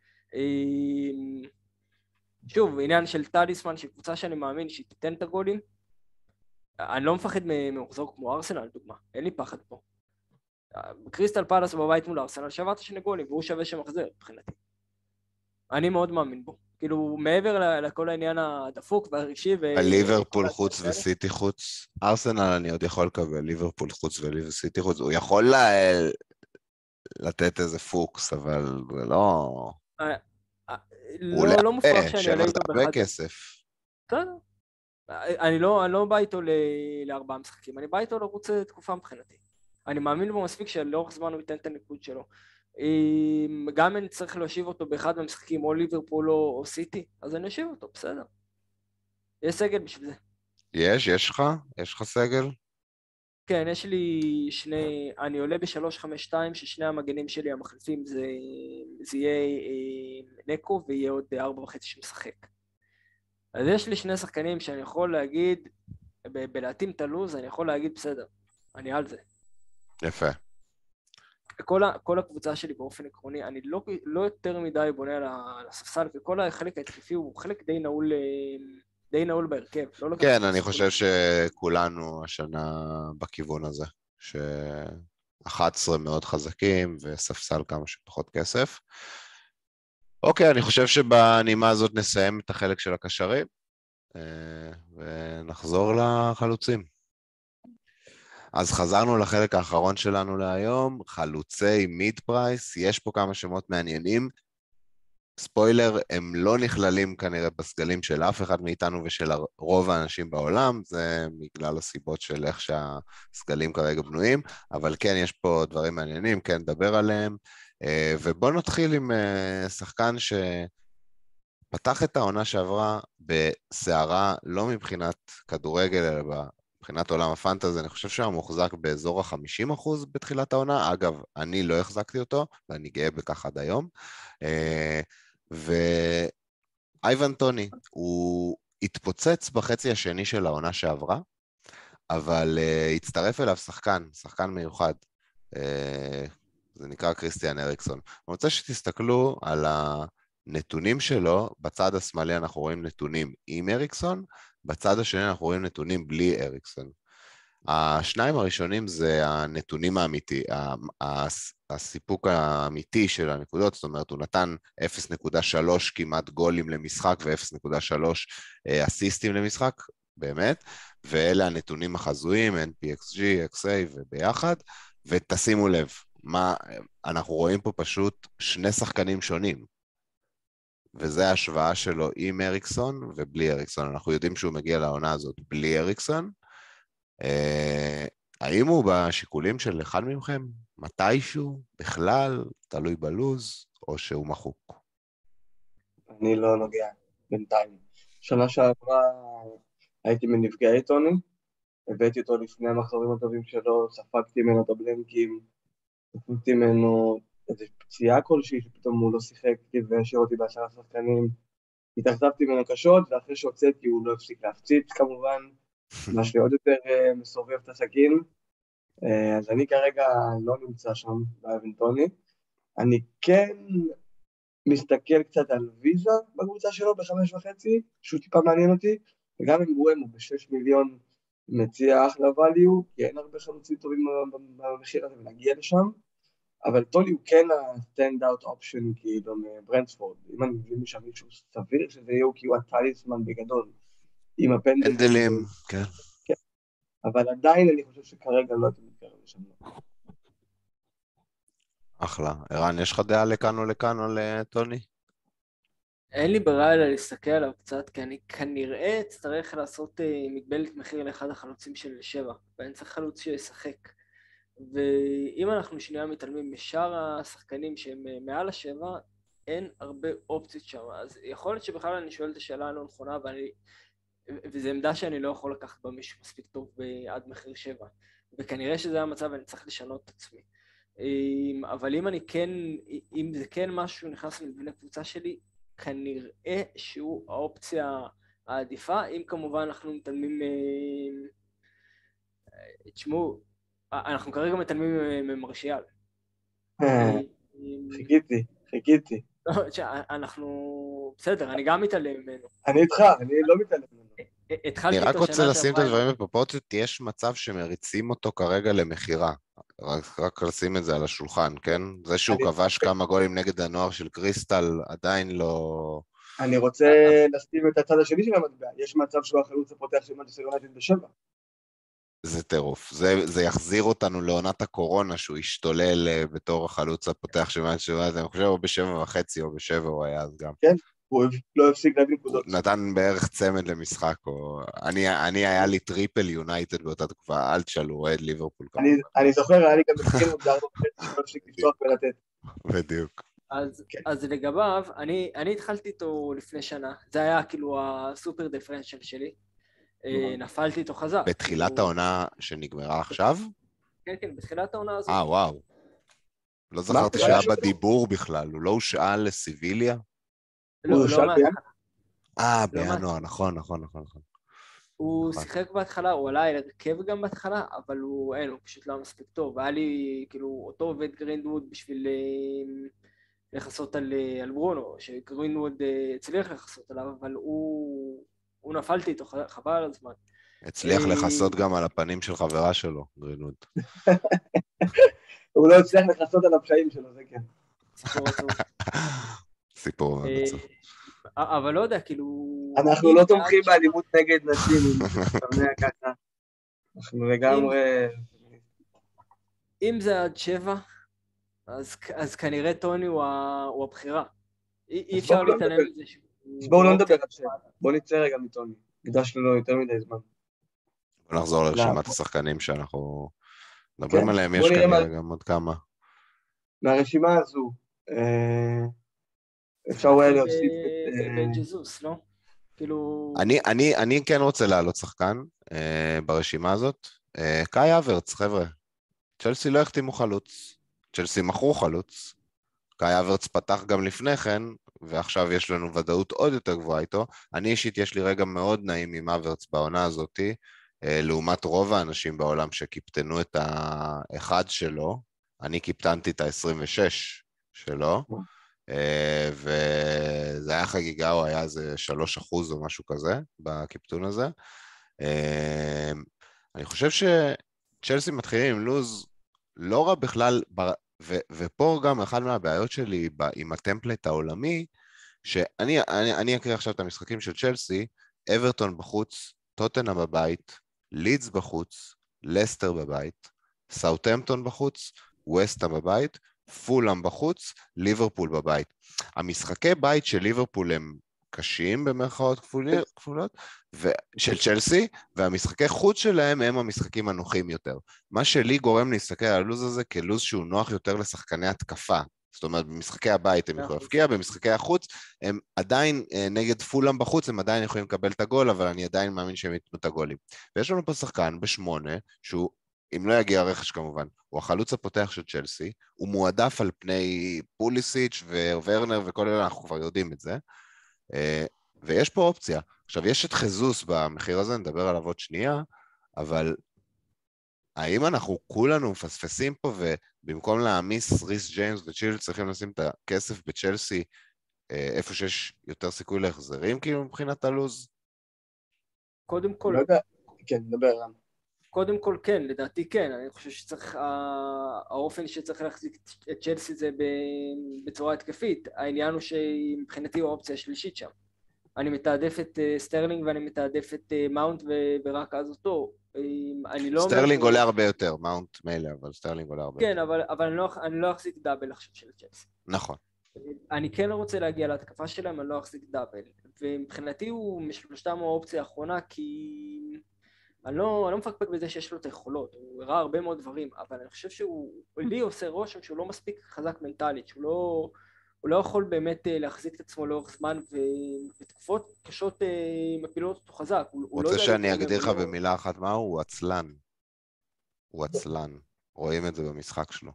שוב, עניין של טליסמן, של קבוצה שאני מאמין שהיא תיתן את הגולים, אני לא מפחד ממחזור כמו ארסנל, דוגמה, אין לי פחד פה. קריסטל פלאס בבית מול ארסנל, שברת שני גולים, והוא שווה שמחזר, מבחינתי. אני מאוד מאמין בו. כאילו, מעבר לכל העניין הדפוק והרגשי ו... ליברפול חוץ וסיטי חוץ. ארסנל אני עוד יכול לקבל, ליברפול חוץ וסיטי חוץ. הוא יכול לתת איזה פוקס, אבל זה לא... לא מופרך שאני עולה איתו בחד. הרבה כסף. בסדר. אני לא בא איתו לארבעה משחקים, אני בא איתו לרוץ תקופה מבחינתי. אני מאמין בו מספיק שלאורך זמן הוא ייתן את הניקוד שלו. גם אני צריך להושיב אותו באחד מהמשחקים, או ליברפול או סיטי, אז אני אושיב אותו, בסדר. יש סגל בשביל זה. יש, יש לך? יש לך סגל? כן, יש לי שני, אני עולה ב-שלוש חמש שתיים, ששני המגנים שלי המחליפים זה, זה יהיה אה, נקו, ויהיה עוד ארבע וחצי שמשחק. אז יש לי שני שחקנים שאני יכול להגיד, ב- בלהתאים את הלוז, אני יכול להגיד בסדר, אני על זה. יפה. כל, ה, כל הקבוצה שלי באופן עקרוני, אני לא, לא יותר מדי בונה על הספסל, וכל החלק ההתקפי הוא חלק די נעול, די נעול בהרכב. לא כן, אני חושב שכולנו השנה בכיוון הזה, ש-אחת עשרה מאוד חזקים וספסל כמה שפחות כסף. אוקיי, אני חושב שבנימה הזאת נסיים את החלק של הקשרים, ונחזור לחלוצים. אז חזרנו לחלק האחרון שלנו להיום, חלוצי מיד פרייס, יש פה כמה שמות מעניינים. ספוילר, הם לא נכללים כנראה בסגלים של אף אחד מאיתנו ושל רוב האנשים בעולם, זה בגלל הסיבות של איך שהסגלים כרגע בנויים, אבל כן, יש פה דברים מעניינים, כן, נדבר עליהם, ובואו נתחיל עם שחקן שפתח את העונה שעברה בסערה, לא מבחינת כדורגל, אלא מבחינת עולם הפנטזי, אני חושב שהוא מוחזק באזור ה-חמישים אחוז בתחילת העונה, אגב, אני לא החזקתי אותו, ואני גאה בכך עד היום, ואייבן טוני, הוא התפוצץ בחצי השני של העונה שעברה, אבל uh, הצטרף אליו שחקן, שחקן מיוחד, uh, זה נקרא קריסטיאן אריקסון. אני רוצה שתסתכלו על הנתונים שלו, בצד השמאלי אנחנו רואים נתונים עם אריקסון, בצד השני אנחנו רואים נתונים בלי אריקסון. השניים הראשונים זה הנתונים האמיתי, הסיפוק האמיתי של הנקודות, זאת אומרת, הוא נתן אפס נקודה שלוש כמעט גולים למשחק ו-אפס נקודה שלוש אסיסטים למשחק, באמת, ואלה הנתונים החזויים, אן פי אקס ג'י, אקס איי וביחד, ותשימו לב, מה, אנחנו רואים פה פשוט שני שחקנים שונים, וזה ההשוואה שלו עם אריקסון ובלי אריקסון, אנחנו יודעים שהוא מגיע לעונה הזאת בלי אריקסון, Uh, האם הוא בשיקולים של אחד מכם? מתישהו? בכלל? תלוי בלוז? או שהוא מחוק? אני לא נוגע בינתיים. שנה שעברה הייתי מנפגעי טוני, הבאתי אותו לפני המחזורים הטובים שלו, ספגתי ממנו את הבלנקים, ספגתי ממנו איזו פציעה כלשהי שפתאום הוא לא שיחק והשאיר אותי בעשרה שחקנים, התאכזבתי ממנו קשות, ואחרי שהוצאתי הוא לא הפסיק להפציץ כמובן, מה שעוד יותר מסובב את הסכין, אז אני כרגע לא נמצא שם באייבן טוני, אני כן מסתכל קצת על ויזה בקבוצה שלו בחמש וחצי, שהוא טיפה מעניין אותי, וגם אם בוהם הוא בשש מיליון מציע אחלה value, כי אין הרבה חלוצים טובים במחיר הזה ונגיע לשם, אבל טוני הוא כן ה-stand-out option כאילו מברנדפורד, אם אני מבין משם מישהו סביר שזה יהיו כי הוא הטליסמן בגדול, עם הפנדלים. פנדלים, כן. כן. אבל עדיין אני חושב שכרגע לא הייתי מתקרב לשם. אחלה. ערן, יש לך דעה לכאן או לכאן או לטוני? אין לי ברירה אלא להסתכל עליו קצת, כי אני כנראה אצטרך לעשות מגבלת מחיר לאחד החלוצים של שבע, ואני צריך חלוץ שישחק. ואם אנחנו שנייה מתעלמים משאר השחקנים שהם מעל השבע, אין הרבה אופציות שם. אז יכול להיות שבכלל אני שואל את השאלה הלא נכונה, ואני... וזו עמדה שאני לא יכול לקחת בה מישהו מספיק טוב עד מחיר שבע. וכנראה שזה המצב ואני צריך לשנות את עצמי. אבל אם אני כן, אם זה כן משהו נכנס למבנה קבוצה שלי, כנראה שהוא האופציה העדיפה, אם כמובן אנחנו מתעלמים... תשמעו, אנחנו כרגע מתעלמים ממרשיאל. חיכיתי, חיכיתי. אנחנו... בסדר, אני גם מתעלם ממנו. אני איתך, אני לא מתעלם ממנו. אני רק רוצה לשים את הדברים בפרופורציות, יש מצב שמריצים אותו כרגע למחירה. רק לשים את זה על השולחן, כן? זה שהוא כבש כמה גולים נגד הנוער של קריסטל, עדיין לא... אני רוצה לשים את הצד השני של המטבע. יש מצב שהוא החלוץ הפותח של מנצ'סטר יונייטד בשבע. זה טירוף. זה, זה יחזיר אותנו לעונת הקורונה, שהוא השתולל בתור החלוץ הפותח של מנצ'סטר יונייטד, אני חושב או בשבע וחצי או בשבע הוא היה אז גם. כן, הוא לא הפסיק להביא נקודות. הוא נתן בערך צמד למשחק, או... אני, אני היה לי טריפל יונייטד באותה תקופה, אל תשאלו, אוהד ליברפול. אני, אני זוכר, היה לי גם בקין עוד ארבע וחצי שלא הפסיק לפתוח ולתת. בדיוק. אז, אז לגביו, אני, אני התחלתי איתו לפני שנה, זה היה כאילו הסופר דיפרנציאל שלי, נפלתי איתו חזק. בתחילת כאילו... העונה שנגמרה עכשיו? כן, כן, בתחילת העונה הזאת. אה, וואו. לא זכרתי שהיה בדיבור בכלל, הוא לא הושאל לסיביליה? לא, לא מההתחלה. אה, בינואר, נכון, נכון, נכון, נכון. הוא שיחק בהתחלה, הוא עלה אל הרכב גם בהתחלה, אבל הוא, אין, הוא פשוט לא מספיק טוב. והיה לי, כאילו, אותו עובד גרינדווד בשביל לחסות על, על ברונו, שגרינדווד הצליח לחסות עליו, אבל הוא, הוא נפלתי איתו, חבל על הזמן. הצליח לחסות גם על הפנים של חברה שלו, גרינווד. הוא לא הצליח לחסות על הפשעים שלו, זה כן. סיפור עצוב. סיפור מאוד עצוב. אבל לא יודע, כאילו... אנחנו לא תומכים באלימות נגד נשים, אם תשתמע ככה. אנחנו לגמרי... אם זה עד שבע, אז כנראה טוני הוא הבחירה. אי אפשר להתעלם מזה שהוא... אז בואו לא נדבר על שבע. בואו נצא רגע מטוני. הקדשנו לו יותר מדי זמן. בואו נחזור לרשימת השחקנים שאנחנו מדברים עליהם. יש כנראה גם עוד כמה. מהרשימה הזו, אפשר אולי להוסיף את... בג'זוס, לא? כאילו... אני כן רוצה להעלות שחקן ברשימה הזאת. קאי אברץ, חבר'ה. צ'לסי לא החתימו חלוץ. צ'לסי מכרו חלוץ. קאי אברץ פתח גם לפני כן, ועכשיו יש לנו ודאות עוד יותר גבוהה איתו. אני אישית יש לי רגע מאוד נעים עם אברץ בעונה הזאת, לעומת רוב האנשים בעולם שקיפטנו את האחד שלו. אני קיפטנתי את ה-עשרים ושש שלו, וזה היה חגיגה, הוא היה איזה שלוש אחוז או משהו כזה בקיפטון הזה. אני חושב שצ'לסי מתחילים עם לוז לא רע בכלל, ו- ופה גם אחד מהבעיות שלי עם הטמפלט העולמי, שאני אני, אני אקריא עכשיו את המשחקים של צ'לסי, אברטון בחוץ, טוטנהאם בבית, לידס בחוץ, לסטר בבית, סאות'המפטון בחוץ, וסטהאם בבית, פולהאם בחוץ, ליברפול בבית. המשחקי בית של ליברפול הם קשים במרכאות כפולות, של צ'לסי, והמשחקי חוץ שלהם הם המשחקים הנוחים יותר. מה שלי גורם להסתכל על הלוז הזה כלוז שהוא נוח יותר לשחקני התקפה. זאת אומרת, במשחקי הבית הם יכולים להפקיע, במשחקי החוץ הם עדיין, נגד פולהאם בחוץ, הם עדיין יכולים לקבל את הגול, אבל אני עדיין מאמין שהם ייתנו את הגולים. ויש לנו פה שחקן בשמונה, שהוא, אם לא יגיע רכש כמובן, הוא החלוץ הפותח של צ'לסי, הוא מועדף על פני פוליסיץ' וורנר וכל אלה, אנחנו כבר יודעים את זה, ויש פה אופציה. עכשיו, יש את חזוס במחיר הזה, נדבר עליו עוד שנייה, אבל האם אנחנו כולנו מפספסים פה, ובמקום להעמיס ריס ג'יימס וצ'יל, צריכים לשים את הכסף בצ'לסי, איפה שיש יותר סיכוי להחזרים, כאילו מבחינת הלוז? קודם כל... כן, נדבר רם. קודם כל כן, לדעתי כן, אני חושב שצריך, האופן שצריך להחזיק את צ'לסי זה בצורה התקפית, העניין הוא שמבחינתי הוא האופציה השלישית שם. אני מתעדף את סטרלינג ואני מתעדף את מאונט ורק אז אותו. סטרלינג עולה הרבה יותר, מאונט מילא, אבל סטרלינג עולה הרבה יותר. כן, אבל אני לא אחזיק דאבל עכשיו של צ'לסי. נכון. אני כן לא רוצה להגיע להתקפה שלהם, אני לא אחזיק דאבל. ומבחינתי הוא משלושתם האופציה האחרונה, כי אני לא, אני לא מפקפק בזה שיש לו את היכולות, הוא הראה הרבה מאוד דברים, אבל אני חושב שהוא, לי עושה רושם שהוא לא מספיק חזק מנטלית, שהוא לא, הוא לא יכול באמת להחזיק את עצמו לאורך זמן, ותקופות קשות מפילות אותו חזק. רוצה שאני אגדיר לך במילה אחת מה הוא? הוא עצלן. הוא עצלן. רואים את זה במשחק שלו.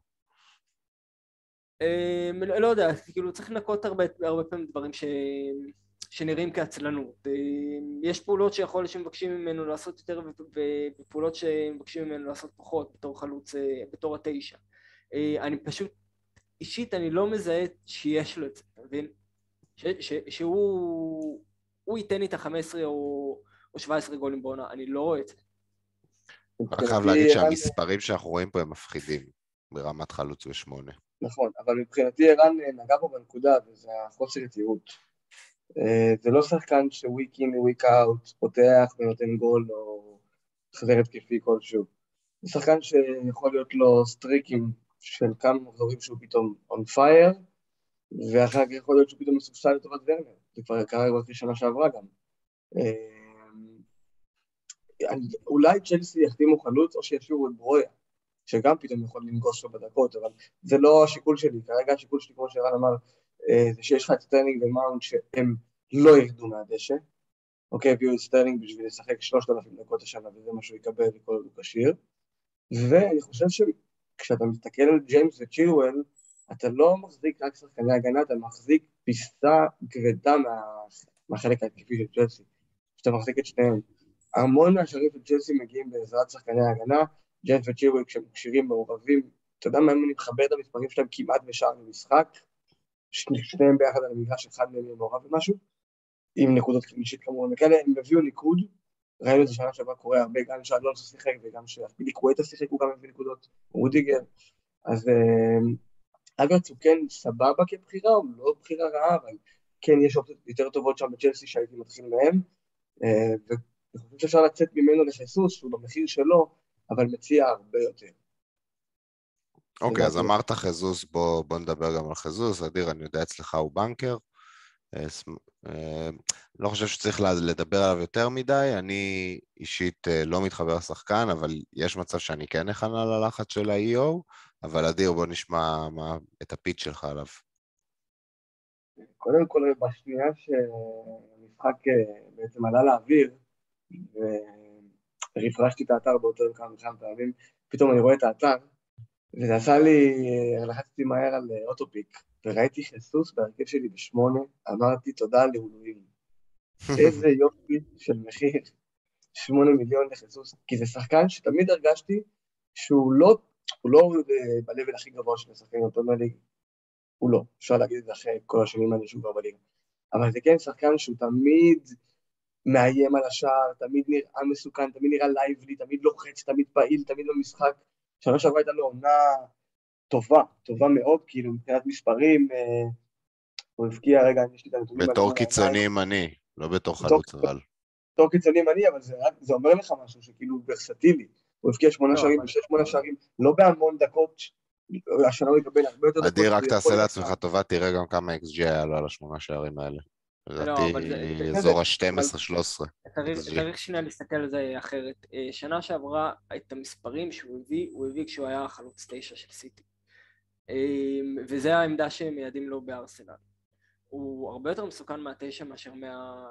לא יודע, כאילו צריך לנקות הרבה פעמים דברים ש... שנראים כעצלנות. יש פעולות שיכול להיות שמבקשים ממנו לעשות יותר, ופעולות שמבקשים ממנו לעשות פחות, בתור חלוץ, בתור התשע. אני פשוט, אישית אני לא מזהה שיש לו את זה, אתה מבין? שהוא הוא ייתן לי את ה-חמש עשרה או שבע עשרה גולים בעונה, אני לא רואה את זה. רק חייב להגיד שהמספרים שאנחנו רואים פה הם מפחידים, ברמת חלוץ ושמונה. נכון, אבל מבחינתי ערן נגע פה בנקודה, וזה החוסר יציבות. זה לא שחקן שוויק אין וויק אאוט, פותח ונותן גול או חזר התקפי כלשהו. זה שחקן שיכול להיות לו סטריקים של כמה מחזורים שהוא פתאום on fire, ואחר כך יכול להיות שהוא פתאום מסופסל לטובת ורנר. זה כבר קרה כבר שנה שעברה גם. אולי צ'לסי יחתימו חלוץ או שישאירו את ברויה. שגם פתאום יכול לנגוש לו בדקות, אבל זה לא השיקול שלי, כרגע השיקול שלי, כמו שרן אמר, זה שיש לך את סטרלינג ומאונט שהם לא ירדו מהדשא, אוקיי, הביאו את סטרלינג בשביל לשחק שלושת אלפים דקות השנה, וזה מה שהוא יקבל וכל עוד הוא כשיר, ואני חושב שכשאתה מסתכל על ג'יימס וצ'ילואל, אתה לא מחזיק רק שחקני הגנה, אתה מחזיק פיסה גרדה מה... מהחלק ההתקפי של צ'לסי, שאתה מחזיק את שניהם. המון מהשערים של צ'לסי מגיעים בעזרת שחקני ההגנה, ג'יימס וצ'ילואל כשהם קשירים מעורבים, אתה יודע מה, אני מחבר את המספרים שלהם כמעט בשער במשחק, שניהם ביחד על המגרש, אחד מהם יהיה מעורב במשהו, עם נקודות חמישית כמובן, וכאלה הם הביאו ניקוד, ראינו את זה שנה שעברה קורה הרבה, גם שאלונסו שיחק וגם שאפיליקוויטה שיחק, הוא גם הביא נקודות, רודיגר, אז אגב הוא כן סבבה כבחירה, הוא לא בחירה רעה, אבל כן יש אופציות יותר טובות שם בצ'לסי שהייתי מתחיל מהם, ואני חושב שאפשר לצאת ממנו לחסוס, שהוא במחיר שלו, אבל מציע הרבה יותר. אוקיי, אז אמרת חזוס, בוא נדבר גם על חזוס, אדיר, אני יודע אצלך הוא בנקר, לא חושב שצריך לדבר עליו יותר מדי, אני אישית לא מתחבר לשחקן, אבל יש מצב שאני כן נכנע ללחץ של ה-אי או, אבל אדיר, בוא נשמע את הפיץ שלך עליו. קודם כל, בשנייה שהמשחק בעצם עלה לאוויר, ורפרשתי את האתר באותו כמה פעמים, פתאום אני רואה את האתר, וזה עשה לי, לחצתי מהר על אוטופיק, וראיתי חסוס בהרכב שלי בשמונה, אמרתי תודה להולואים. איזה יופי של מחיר, שמונה מיליון לחסוס, כי זה שחקן שתמיד הרגשתי שהוא לא, הוא לא בלבל הכי גבוה של השחקנים בפרמייר ליג, הוא לא, אפשר להגיד את זה אחרי כל השנים האלה שהוא כבר בליגה, אבל זה כן שחקן שהוא תמיד מאיים על השער, תמיד נראה מסוכן, תמיד נראה לייבלי, תמיד לוחץ, תמיד פעיל, תמיד במשחק, שנה שעברה הייתה לו עונה טובה, טובה מאוד, כאילו מבחינת מספרים, הוא הבקיע, רגע, אני יש לי את הנתונים. בתור קיצוני ימני, לא בתור חלוץ אבל. בתור קיצוני ימני, אבל זה אומר לך משהו שכאילו ורסטילי, הוא הבקיע שמונה שערים, ושש שמונה שערים, לא בהמון דקות, השנה הוא יקבל הרבה יותר דקות. אדיר, רק תעשה לעצמך טובה, תראה גם כמה אקס ג'י היה לו על השמונה שערים האלה. לדעתי, אזור ה-שתים עשרה שלוש עשרה. צריך שנייה להסתכל על זה אחרת. שנה שעברה, את המספרים שהוא הביא, הוא הביא כשהוא היה חלוץ תשע של סיטי. וזה העמדה שהם מיידים לו בארסנל. הוא הרבה יותר מסוכן מהתשע מאשר מה...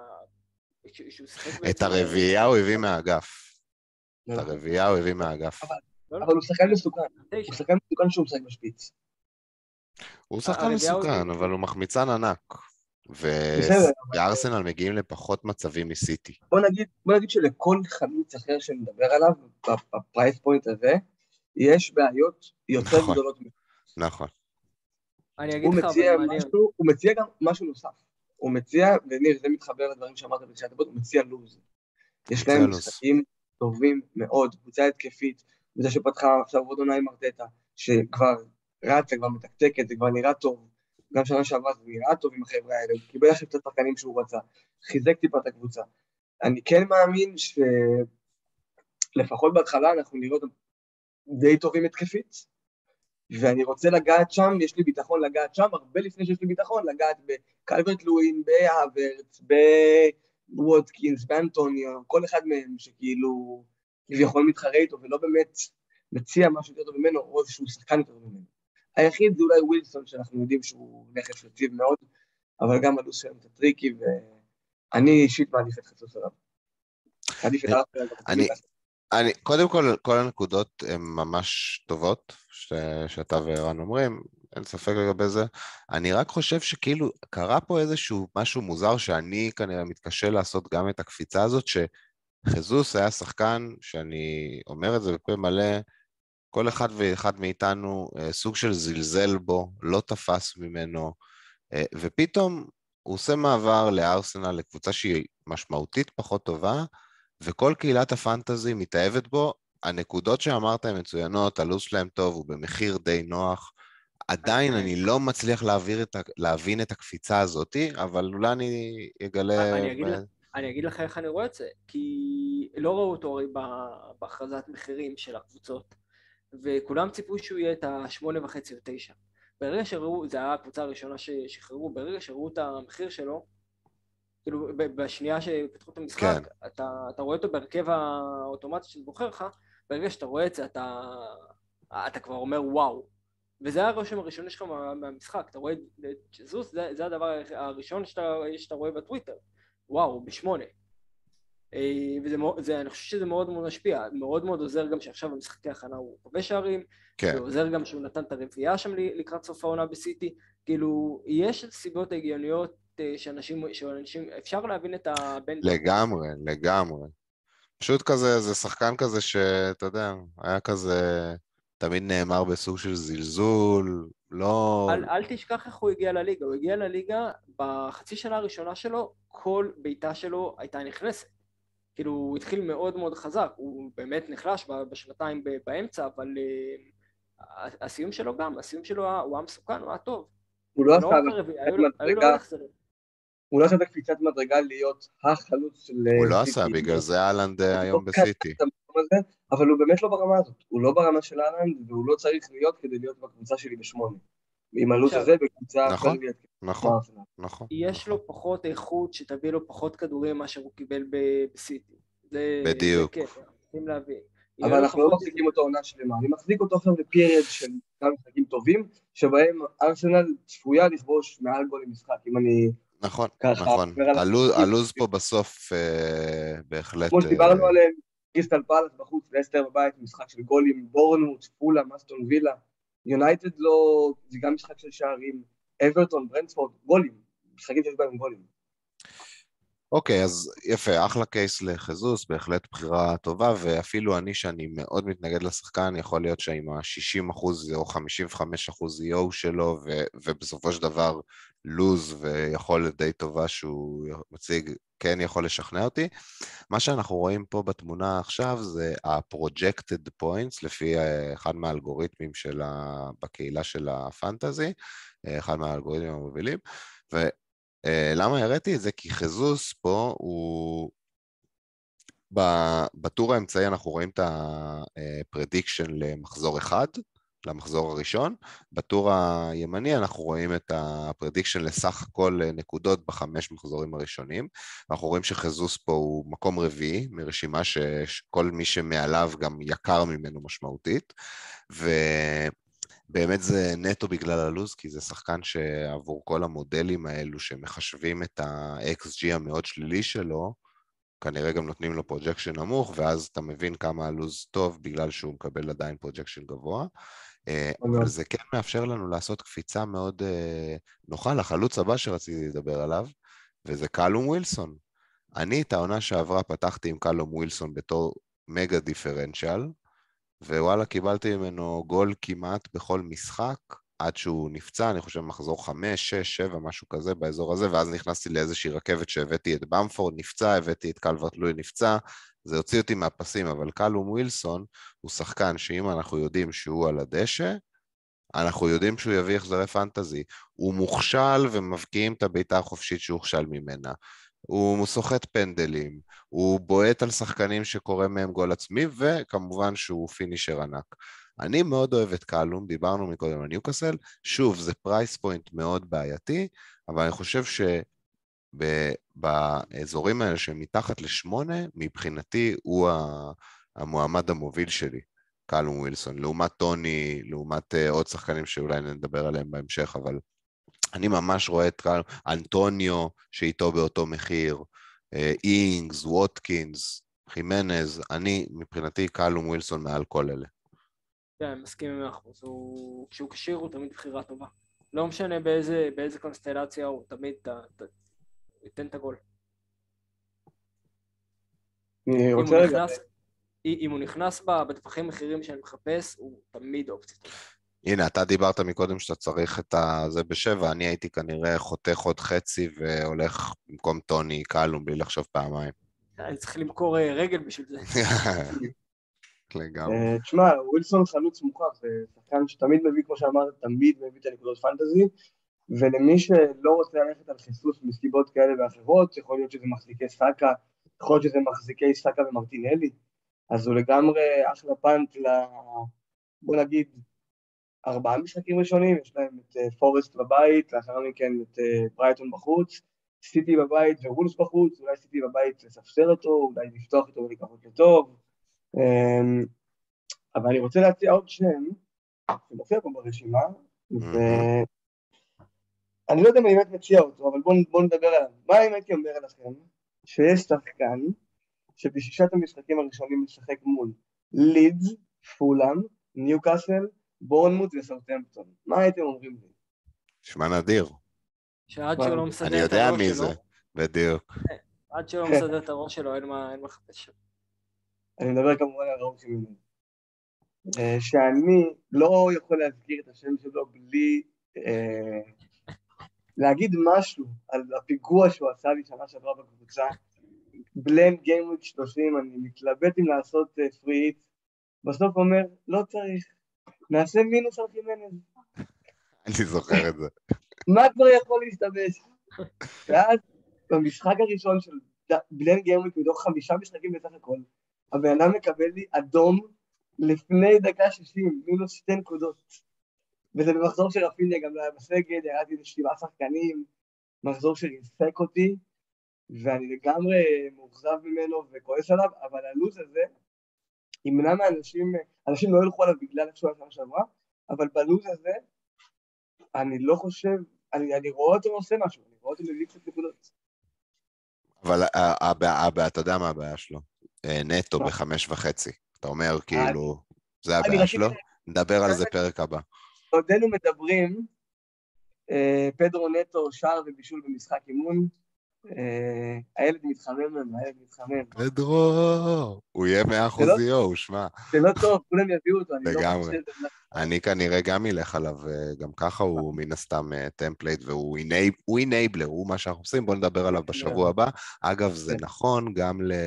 את הרביעייה הוא הביא מהאגף. את הרביעייה הוא הביא מהאגף. אבל הוא שחקן מסוכן. הוא שחקן מסוכן שהוא משחק בשפיץ. הוא שחקן מסוכן, אבל הוא מחמיצן ענק. וארסנל מגיעים לפחות מצבים מסיטי. בוא נגיד, בוא נגיד שלכל חלוץ אחר שנדבר עליו, בפרייס פוינט הזה, יש בעיות יותר גדולות. נכון. הוא מציע גם משהו נוסף. הוא מציע, וניר, זה מתחבר לדברים שאמרת בתחילת הפרק, הוא מציע לוז. יש להם משחקים טובים מאוד, קבוצה התקפית, וזה שפתחה עכשיו עוד עונה עם ארטטה, שכבר רצה, כבר מתקתקת, זה כבר נראה טוב. גם שנה שעברה זה נראה טוב עם החבר'ה האלה, הוא קיבל עכשיו את השחקנים שהוא רצה, חיזק טיפה את הקבוצה. אני כן מאמין שלפחות בהתחלה אנחנו נראות די טובים התקפית, ואני רוצה לגעת שם, יש לי ביטחון לגעת שם, הרבה לפני שיש לי ביטחון, לגעת בקלברט לואין, בהאברץ, בוודקינס, באנטוניו, כל אחד מהם שכאילו כביכול מתחרה איתו, ולא באמת מציע משהו יותר טוב ממנו, או איזשהו שחקן יותר טוב ממנו. היחיד זה אולי ווילסון, שאנחנו יודעים שהוא נכס יציב מאוד, אבל גם עלו שם את הטריקי, ואני אישית מעדיף את חצוס עליו. עדיף את אני, אני, קודם כל, כל הנקודות הן ממש טובות, ש, שאתה וערן אומרים, אין ספק לגבי זה. אני רק חושב שכאילו קרה פה איזשהו משהו מוזר, שאני כנראה מתקשה לעשות גם את הקפיצה הזאת, שחזוס היה שחקן, שאני אומר את זה בפה מלא, כל אחד ואחד מאיתנו סוג של זלזל בו, לא תפס ממנו, ופתאום הוא עושה מעבר לארסנל, לקבוצה שהיא משמעותית פחות טובה, וכל קהילת הפנטזי מתאהבת בו, הנקודות שאמרת הן מצוינות, הלו"ז שלהם טוב, הוא במחיר די נוח, עדיין אני לא מצליח להעביר את, להבין את הקפיצה הזאת, אבל אולי אני אגלה... אני אגיד, אני אגיד לך איך אני רואה את זה, כי לא ראו אותו הרי בהכרזת מחירים של הקבוצות, וכולם ציפו שהוא יהיה את השמונה וחצי או תשע. ברגע שראו, זה היה הקבוצה הראשונה ששחררו, ברגע שראו את המחיר שלו, כאילו בשנייה שפתחו את המשחק, כן. אתה, אתה רואה אותו בהרכב האוטומטי שבוחר לך, ברגע שאתה רואה את זה, אתה, אתה כבר אומר וואו, וזה הרושם הראשוני שלך מה, מהמשחק, אתה רואה את ג'זוס, זה, זה הדבר הראשון שאתה, שאתה רואה בטוויטר, וואו, בשמונה. וזה, זה, אני חושב שזה מאוד מאוד משפיע, מאוד מאוד עוזר גם שעכשיו במשחקי ההכנה הוא כובש שערים, כן. ועוזר גם שהוא נתן את הרביעייה שם לקראת סוף העונה בסיטי, כאילו יש סיבות הגיוניות שאנשים, שאנשים, אפשר להבין את הבן... לגמרי, לגמרי. פשוט כזה, זה שחקן כזה שאתה יודע, היה כזה, תמיד נאמר בסוג של זלזול, לא... אל, אל תשכח איך הוא הגיע לליגה, הוא הגיע לליגה בחצי שנה הראשונה שלו, כל ביתה שלו הייתה נכנסת. כאילו הוא התחיל מאוד מאוד חזק, הוא באמת נחלש בשנתיים באמצע, אבל uh, הסיום שלו גם, הסיום שלו הוא היה מסוכן, הוא היה טוב. הוא לא עשה מדרגה, הוא לא עשה את הקפיצת מדרגה להיות החלוץ של סיטי. הוא לא עשה, בגלל זה אהלנד היום בסיטי. אבל הוא באמת לא ברמה הזאת, הוא לא ברמה של אהלנד, והוא לא צריך להיות כדי להיות בקבוצה שלי בשמונה. עם הלו"ז הזה בקבוצה... נכון, נכון, נכון. יש לו פחות איכות שתביא לו פחות כדורים מאשר הוא קיבל בסיטי. בדיוק. זה כן, צריכים להבין. אבל אנחנו לא מחזיקים אותו עונה שלמה, אני מחזיק אותו עכשיו בפיריד של כמה משחקים טובים, שבהם ארסנל צפויה לכבוש מעל גול למשחק, אם אני... נכון, נכון. הלוז פה בסוף בהחלט... כמו שדיברנו עליהם, קריסטל פלאס בחוץ, לסטר בבית, משחק של גולים, בורנמוט, פולהאם, אסטון וילה, יונייטד לא... זה גם משחק של שערים, אברטון, ברנטפורד, גולים, משחקים שיש בהם גולים. אוקיי, אז יפה, אחלה קייס לחזוס, בהחלט בחירה טובה, ואפילו אני שאני מאוד מתנגד לשחקן, יכול להיות שעם ה-שישים אחוז או חמישים וחמישה אחוז יו שלו, ו- ובסופו של דבר לוז ויכולת די טובה שהוא מציג, כן יכול לשכנע אותי. מה שאנחנו רואים פה בתמונה עכשיו זה ה-projected points, לפי אחד מהאלגוריתמים של ה- בקהילה של הפנטזי, אחד מהאלגוריתמים המובילים, ו... למה הראיתי את זה? כי חזוס פה הוא... בטור האמצעי אנחנו רואים את הפרדיקשן למחזור אחד, למחזור הראשון. בטור הימני אנחנו רואים את הפרדיקשן לסך הכל נקודות בחמש מחזורים הראשונים. אנחנו רואים שחזוס פה הוא מקום רביעי, מרשימה שכל מי שמעליו גם יקר ממנו משמעותית. ו... באמת זה נטו בגלל הלוז, כי זה שחקן שעבור כל המודלים האלו שמחשבים את ה-אקס ג'י המאוד שלילי שלו, כנראה גם נותנים לו פרוג'קשן נמוך, ואז אתה מבין כמה הלוז טוב בגלל שהוא מקבל עדיין פרוג'קשן גבוה. אבל זה כן מאפשר לנו לעשות קפיצה מאוד נוחה לחלוץ הבא שרציתי לדבר עליו, וזה קלום ווילסון. אני את העונה שעברה פתחתי עם קלום ווילסון בתור מגה דיפרנציאל, ווואלה, קיבלתי ממנו גול כמעט בכל משחק, עד שהוא נפצע, אני חושב מחזור חמש, שש, שבע, משהו כזה באזור הזה, ואז נכנסתי לאיזושהי רכבת שהבאתי את במפורד, נפצע, הבאתי את קלוורט לואי, נפצע, זה הוציא אותי מהפסים, אבל קלום ווילסון הוא שחקן שאם אנחנו יודעים שהוא על הדשא, אנחנו יודעים שהוא יביא החזרי פנטזי, הוא מוכשל ומבקיעים את הביתה החופשית שהוא הוכשל ממנה, הוא סוחט פנדלים, הוא בועט על שחקנים שקורא מהם גול עצמי, וכמובן שהוא פינישר ענק. אני מאוד אוהב את קלום, דיברנו מקודם על ניוקאסל, שוב, זה פרייס פוינט מאוד בעייתי, אבל אני חושב שבאזורים האלה שמתחת לשמונה, מבחינתי הוא המועמד המוביל שלי, קלום ווילסון, לעומת טוני, לעומת עוד שחקנים שאולי נדבר עליהם בהמשך, אבל... אני ממש רואה את אנטוניו שאיתו באותו מחיר, אינגס, ווטקינס, חימנז, אני מבחינתי קלום ווילסון מעל כל אלה. כן, מסכים עם אחוז, כשהוא קשיר הוא תמיד בחירה טובה. לא משנה באיזה, באיזה קונסטלציה הוא תמיד ייתן את הגול. אם הוא נכנס, אם הוא נכנס בטווחים מחירים שאני מחפש, הוא תמיד אופציה טובה. הנה, אתה דיברת מקודם שאתה צריך את זה בשבע, אני הייתי כנראה חותך עוד חצי והולך במקום טוני קלום בלי לחשוב פעמיים. אני צריך למכור רגל בשביל זה. לגמרי. תשמע, ווילסון חלוץ מוכח, זה שחקן שתמיד מביא, כמו שאמרת, תמיד מביא את הנקודות פנטזי, ולמי שלא רוצה ללכת על חיסוס מסיבות כאלה ואחרות, יכול להיות שזה מחזיקי סאקה, יכול להיות שזה מחזיקי סאקה ומרטינלי, אז הוא לגמרי אחלה פאנט ל... בוא נגיד, ארבעה משחקים ראשונים, יש להם את פורסט בבית, לאחר מכן את ברייטון בחוץ, סיטי בבית ווולס בחוץ, אולי סיטי בבית לספסר אותו, אולי לפתוח אותו ולקח אותו טוב, אבל אני רוצה להציע עוד שם, שמופיע פה ברשימה, ואני לא יודע אם אני באמת מציע אותו, אבל בואו בוא נדבר עליו. מה אם הייתי אומר לכם? שיש שחקן, שבשישת המשחקים הראשונים משחק מול לידס, פולאם, ניוקאסל, בורנמוט וסאות'המפטון. מה הייתם אומרים לי? שמע נדיר. שעד שהוא לא מסדר את אני הראש יודע שלו, מי זה, בדיוק. עד שהוא לא מסדר את הראש שלו, אין מה לחפש שם. אני מדבר כמובן על ראול חימנז. שאני לא יכול להזכיר את השם שלו בלי אה, להגיד משהו על הפיגוע שהוא עשה לי שנה שעברה בקבוצה. בלנד גיימוויק שלושים, אני מתלבט אם לעשות פריט, בסוף אומר, לא צריך, נעשה מינוס על חימנז. אני זוכר את זה. מה כבר יכול להשתבש? ואז במשחק הראשון של בלנד גיימוויק מתוך חמישה משחקים בסך הכל, הבן אדם מקבל לי אדום לפני דקה שישים, מינוס שתי נקודות. וזה במחזור שרפיניה גם לא היה בסגל, ירדתי לשבעה שחקנים, מחזור שריסק אותי, ואני לגמרי מאוכזב ממנו וכועס עליו, אבל הלוז הזה ימנע מאנשים, אנשים לא ילכו עליו בגלל איך שהוא היה שנה שעברה, אבל בלוז הזה אני לא חושב, אני, אני רואה אותו עושה משהו, אני רואה אותו מביא קצת נקודות. אבל הבעיה, אתה יודע מה הבעיה שלו? נטו בחמש וחצי. אתה אומר כאילו, זה הבעיה שלו? נדבר על זה פרק הבא. עודנו מדברים, פדרו נטו, שער ובישול במשחק אימון, הילד מתחמם לנו, הילד מתחמם. פדרו, הוא יהיה מאה אחוז יו, שמע. זה לא טוב, כולם יביאו אותו, אני לא לגמרי. אני כנראה גם ילך עליו, גם ככה הוא מן הסתם טמפלייט, והוא אינבלר, הוא מה שאנחנו עושים, בואו נדבר עליו בשבוע הבא. אגב, זה נכון גם ל...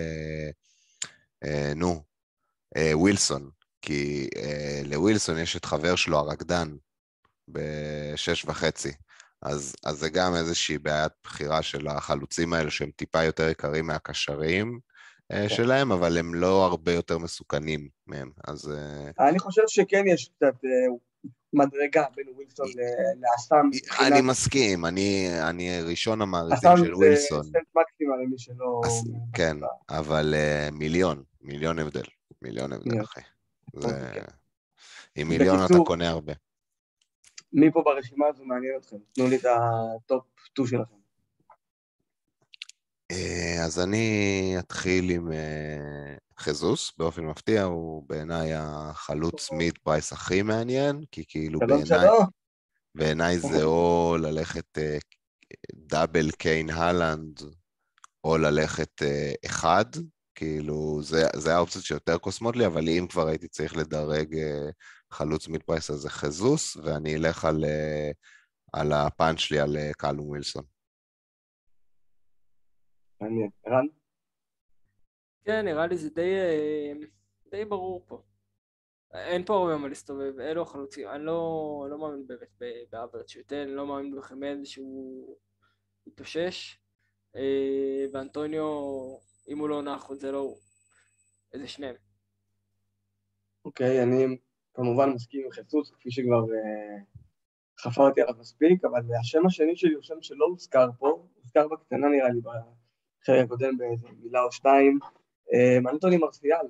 נו, ווילסון, כי לווילסון יש את חבר שלו, הרקדן, בשש וחצי. אז, אז זה גם איזושהי בעיית בחירה של החלוצים האלה, שהם טיפה יותר יקרים מהקשרים okay. שלהם, אבל הם לא הרבה יותר מסוכנים מהם. אז... אני חושב שכן יש קצת מדרגה בין ווילסון לאסם. אני מסכים, אני, אני ראשון המעריצים של ווילסון. אסם זה סנט מקסימה למי שלא... כן, אבל מיליון, מיליון הבדל, מיליון הבדל, אחי. זה... עם מיליון אתה קונה הרבה. מי פה ברשימה הזו מעניין אתכם? תנו לי את הטופ שתיים שלכם. אז אני אתחיל עם חזוס, באופן מפתיע, הוא בעיניי החלוץ מיד פרייס הכי מעניין, כי כאילו בעיניי, בעיניי זה או ללכת דאבל קיין הלנד, או ללכת אחד, כאילו זה, זה האופציות שיותר קוסמות לי, אבל אם כבר הייתי צריך לדרג חלוץ מיד פרייס, אז זה חזוס, ואני אלך על, על הפאנץ' שלי על קלום ווילסון. מעניין. ערן? כן, נראה לי זה די, די ברור פה. אין פה הרבה מה להסתובב, אלו החלוצים. אני לא, לא מאמין באמת באברט שוטל, אני לא מאמין בחמד שהוא יתאושש. ואנטוניו, אם הוא לא נח, זה לא הוא. איזה שניהם. אוקיי, אני כמובן מסכים עם חצוץ, כפי שכבר חפרתי עליו מספיק, אבל השם השני שלי הוא שם שלא הוזכר פה, הוזכר בקטנה נראה לי בחלק הקודם באיזה מילה או שתיים, אנטוני מרסיאל.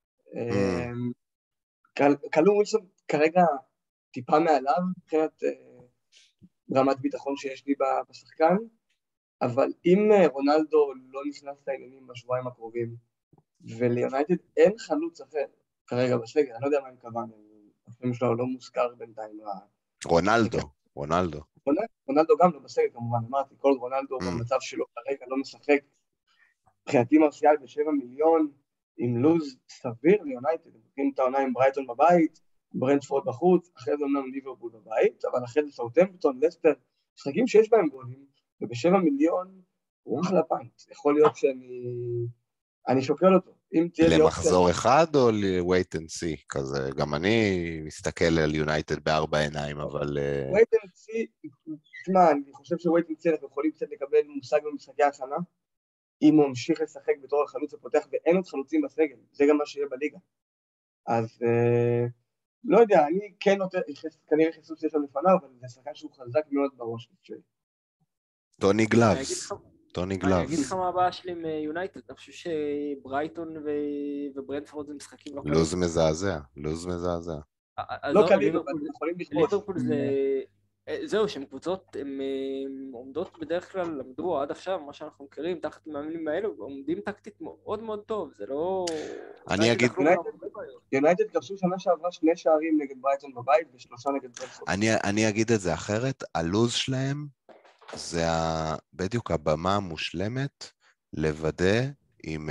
קלום ווילסון כרגע טיפה מעליו, מבחינת רמת ביטחון שיש לי בשחקן, אבל אם רונלדו לא נכנס לעניינים בשבועיים הקרובים, וליונייטד אין חלוץ אחר כרגע בסגל, אני לא יודע מה הם כוון, השם שלו לא מוזכר בינתיים. רונלדו, רונלדו. רונלדו גם לא בסגל כמובן, אמרתי, כל רונלדו במצב שלו כרגע לא משחק, מבחינתי מרסיאל בשבע מיליון, עם לוז סביר ליונייטד, הם נותנים את העונה עם ברייטון בבית, ברנטפורד בחוץ, אחרי זה אומנם ליברפול בבית, אבל אחרי זה סאות'המפטון, לסטר, משחקים שיש בהם גולים, ובשבע מיליון הוא אחלה פאנט, יכול להיות שאני אני שוקל אותו. למחזור אחד או ל-wait and see כזה? גם אני מסתכל על יונייטד בארבע עיניים, אבל... wait and see, תשמע, אני חושב ש-wait and see אנחנו יכולים קצת לקבל מושג במשחקי השנה, אם הוא ממשיך לשחק בתור החלוץ הפותח ואין עוד חלוצים בסגל, זה גם מה שיהיה בליגה. אז לא יודע, אני כן נותן, כנראה חיסוס יש לנו לפניו, אבל זה שחקן שהוא חזק מאוד בראש. טוני גלאבס. טוני אני גלאב. אגיד לך מה הבעיה שלי עם יונייטד, אני חושב שברייטון וברנדפורד זה משחקים לא קלים. לוז מזעזע, לוז מזעזע. לא קלים, אבל יכולים לכבוש. ליברפול זה... זהו, שהן קבוצות, הן עומדות בדרך כלל, למדו עד עכשיו, מה שאנחנו מכירים, תחת המאמנים האלו, עומדים טקטית מאוד מאוד טוב, זה לא... אני אגיד... יונייטד כבשו שנה שעברה שני שערים נגד ברייטון בבית, ושלושה נגד ברנדפורד. אני אגיד את זה אחרת, הלוז שלהם זה בדיוק הבמה המושלמת לוודא עם...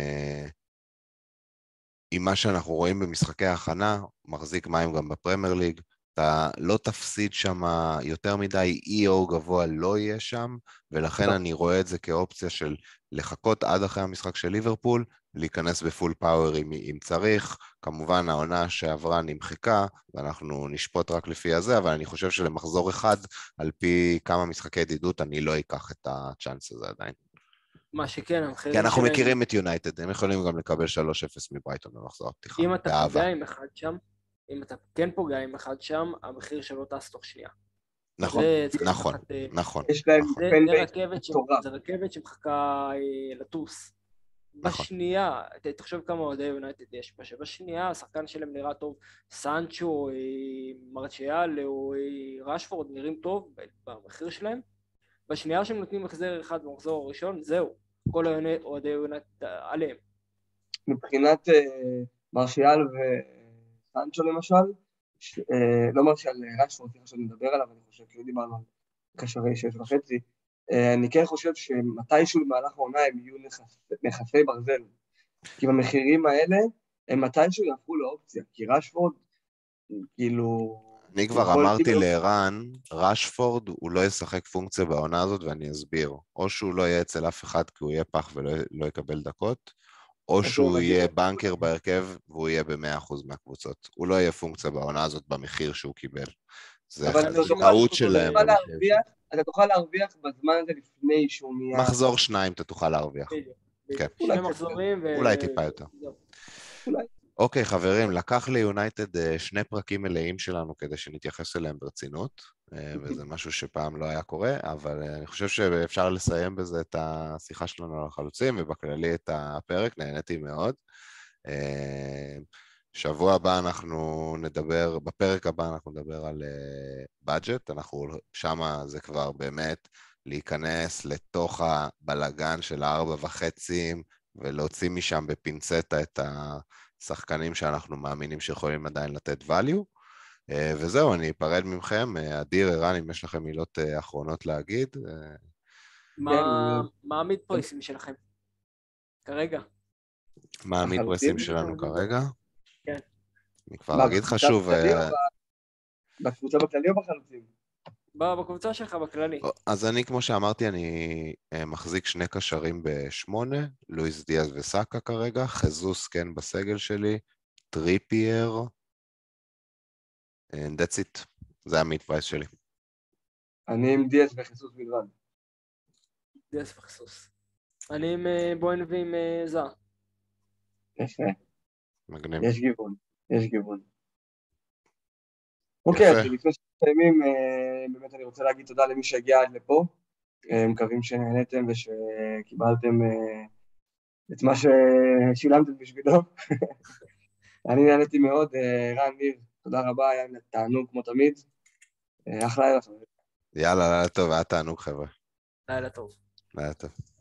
עם מה שאנחנו רואים במשחקי ההכנה, מחזיק מים גם בפרמייר ליג, אתה לא תפסיד שם יותר מדי, אי או גבוה לא יהיה שם, ולכן לא. אני רואה את זה כאופציה של לחכות עד אחרי המשחק של ליברפול, להיכנס בפול פאוור אם, אם צריך, כמובן העונה שעברה נמחקה, ואנחנו נשפוט רק לפי הזה, אבל אני חושב שלמחזור אחד, על פי כמה משחקי ידידות, אני לא אקח את הצ'אנס הזה עדיין. מה שכן, המחירים כי אנחנו שלהם... מכירים את יונייטד, הם יכולים גם לקבל שלוש אפס מברייטון במחזור הפתיחה. אם אתה פוגע עם אחד שם, אם אתה כן פוגע עם אחד שם, המחיר שלו טס תוך שנייה. נכון, זה, נכון, תחת, נכון. יש להם זה, זה, רכבת ש... זה רכבת שמחכה אה, לטוס. נכון. בשנייה, תחשוב כמה אוהדי יונייטד יש פה, שבשנייה השחקן שלהם נראה טוב, סנצ'ו, אה, מרציאל או אה, רשפורד נראים טוב במחיר שלהם, בשנייה שהם נותנים מחזר אחד במחזור הראשון, זהו, כל אוהדי יונייטד עליהם. מבחינת אה, מרציאל וסנצ'ו למשל, ש... אה, לא מרציאל רשפורד, איך שאני מדבר עליו, אני חושב, כי לא דיברנו על קשרי שש וחצי, אה, אני כן חושב שמתישהו במהלך העונה הם יהיו נכס... נכסי ברזל, כי במחירים האלה הם מתישהו יהפכו לאופציה, כי רשפורד, כאילו... אני כבר אמרתי לערן, רשפורד הוא לא ישחק פונקציה בעונה הזאת, ואני אסביר. או שהוא לא יהיה אצל אף אחד כי הוא יהיה פח ולא לא יקבל דקות, או שהוא יהיה בנקר בהרכב והוא יהיה ב-מאה אחוז מהקבוצות. הוא לא יהיה פונקציה בעונה הזאת במחיר שהוא קיבל. זה טעות שלהם. אתה תוכל להרוויח בזמן הזה לפני שהוא נהיה... מחזור שניים אתה תוכל להרוויח. שני מחזורים ו... אולי טיפה יותר. אולי. אוקיי, חברים, לקח ליונייטד שני פרקים מלאים שלנו כדי שנתייחס אליהם ברצינות, וזה משהו שפעם לא היה קורה, אבל אני חושב שאפשר לסיים בזה את השיחה שלנו על החלוצים, ובכללי את הפרק, נהניתי מאוד. שבוע הבא אנחנו נדבר, בפרק הבא אנחנו נדבר על בדג'ט, אנחנו שמה זה כבר באמת להיכנס לתוך הבלגן של הארבע וחצים, ולהוציא משם בפינצטה את ה... שחקנים שאנחנו מאמינים שיכולים עדיין לתת value, וזהו, אני אפרד ממכם, אדיר, ערן, אם יש לכם מילות אחרונות להגיד. מה המיד פרייסים שלכם? כרגע? מה המיד פרייסים שלנו כרגע? כן. אני כבר אגיד לך שוב... בקבוצה בכללי או בחלוצים? בקבוצה שלך בכללי. אז אני, כמו שאמרתי, אני מחזיק שני קשרים בשמונה, לואיס דיאז וסאקה כרגע, חזוס כן בסגל שלי, טריפייר, and that's it. זה המיד פרייס שלי. אני עם דיאז וחזוס בלבד. דיאז וחזוס. אני עם בוין ועם זר. יפה. מגניב. יש גיוון, יש גיוון. אוקיי, אז לפני שתסיימים, באמת אני רוצה להגיד תודה למי שהגיע עד לפה, מקווים שנהנתם ושקיבלתם את מה ששילמתם בשבילו. אני נהניתי מאוד, רן, ניר, תודה רבה, היה תענוג כמו תמיד, אחלה לילה. יאללה, לילה טוב, היה תענוג חבר'ה. לילה טוב. לילה טוב.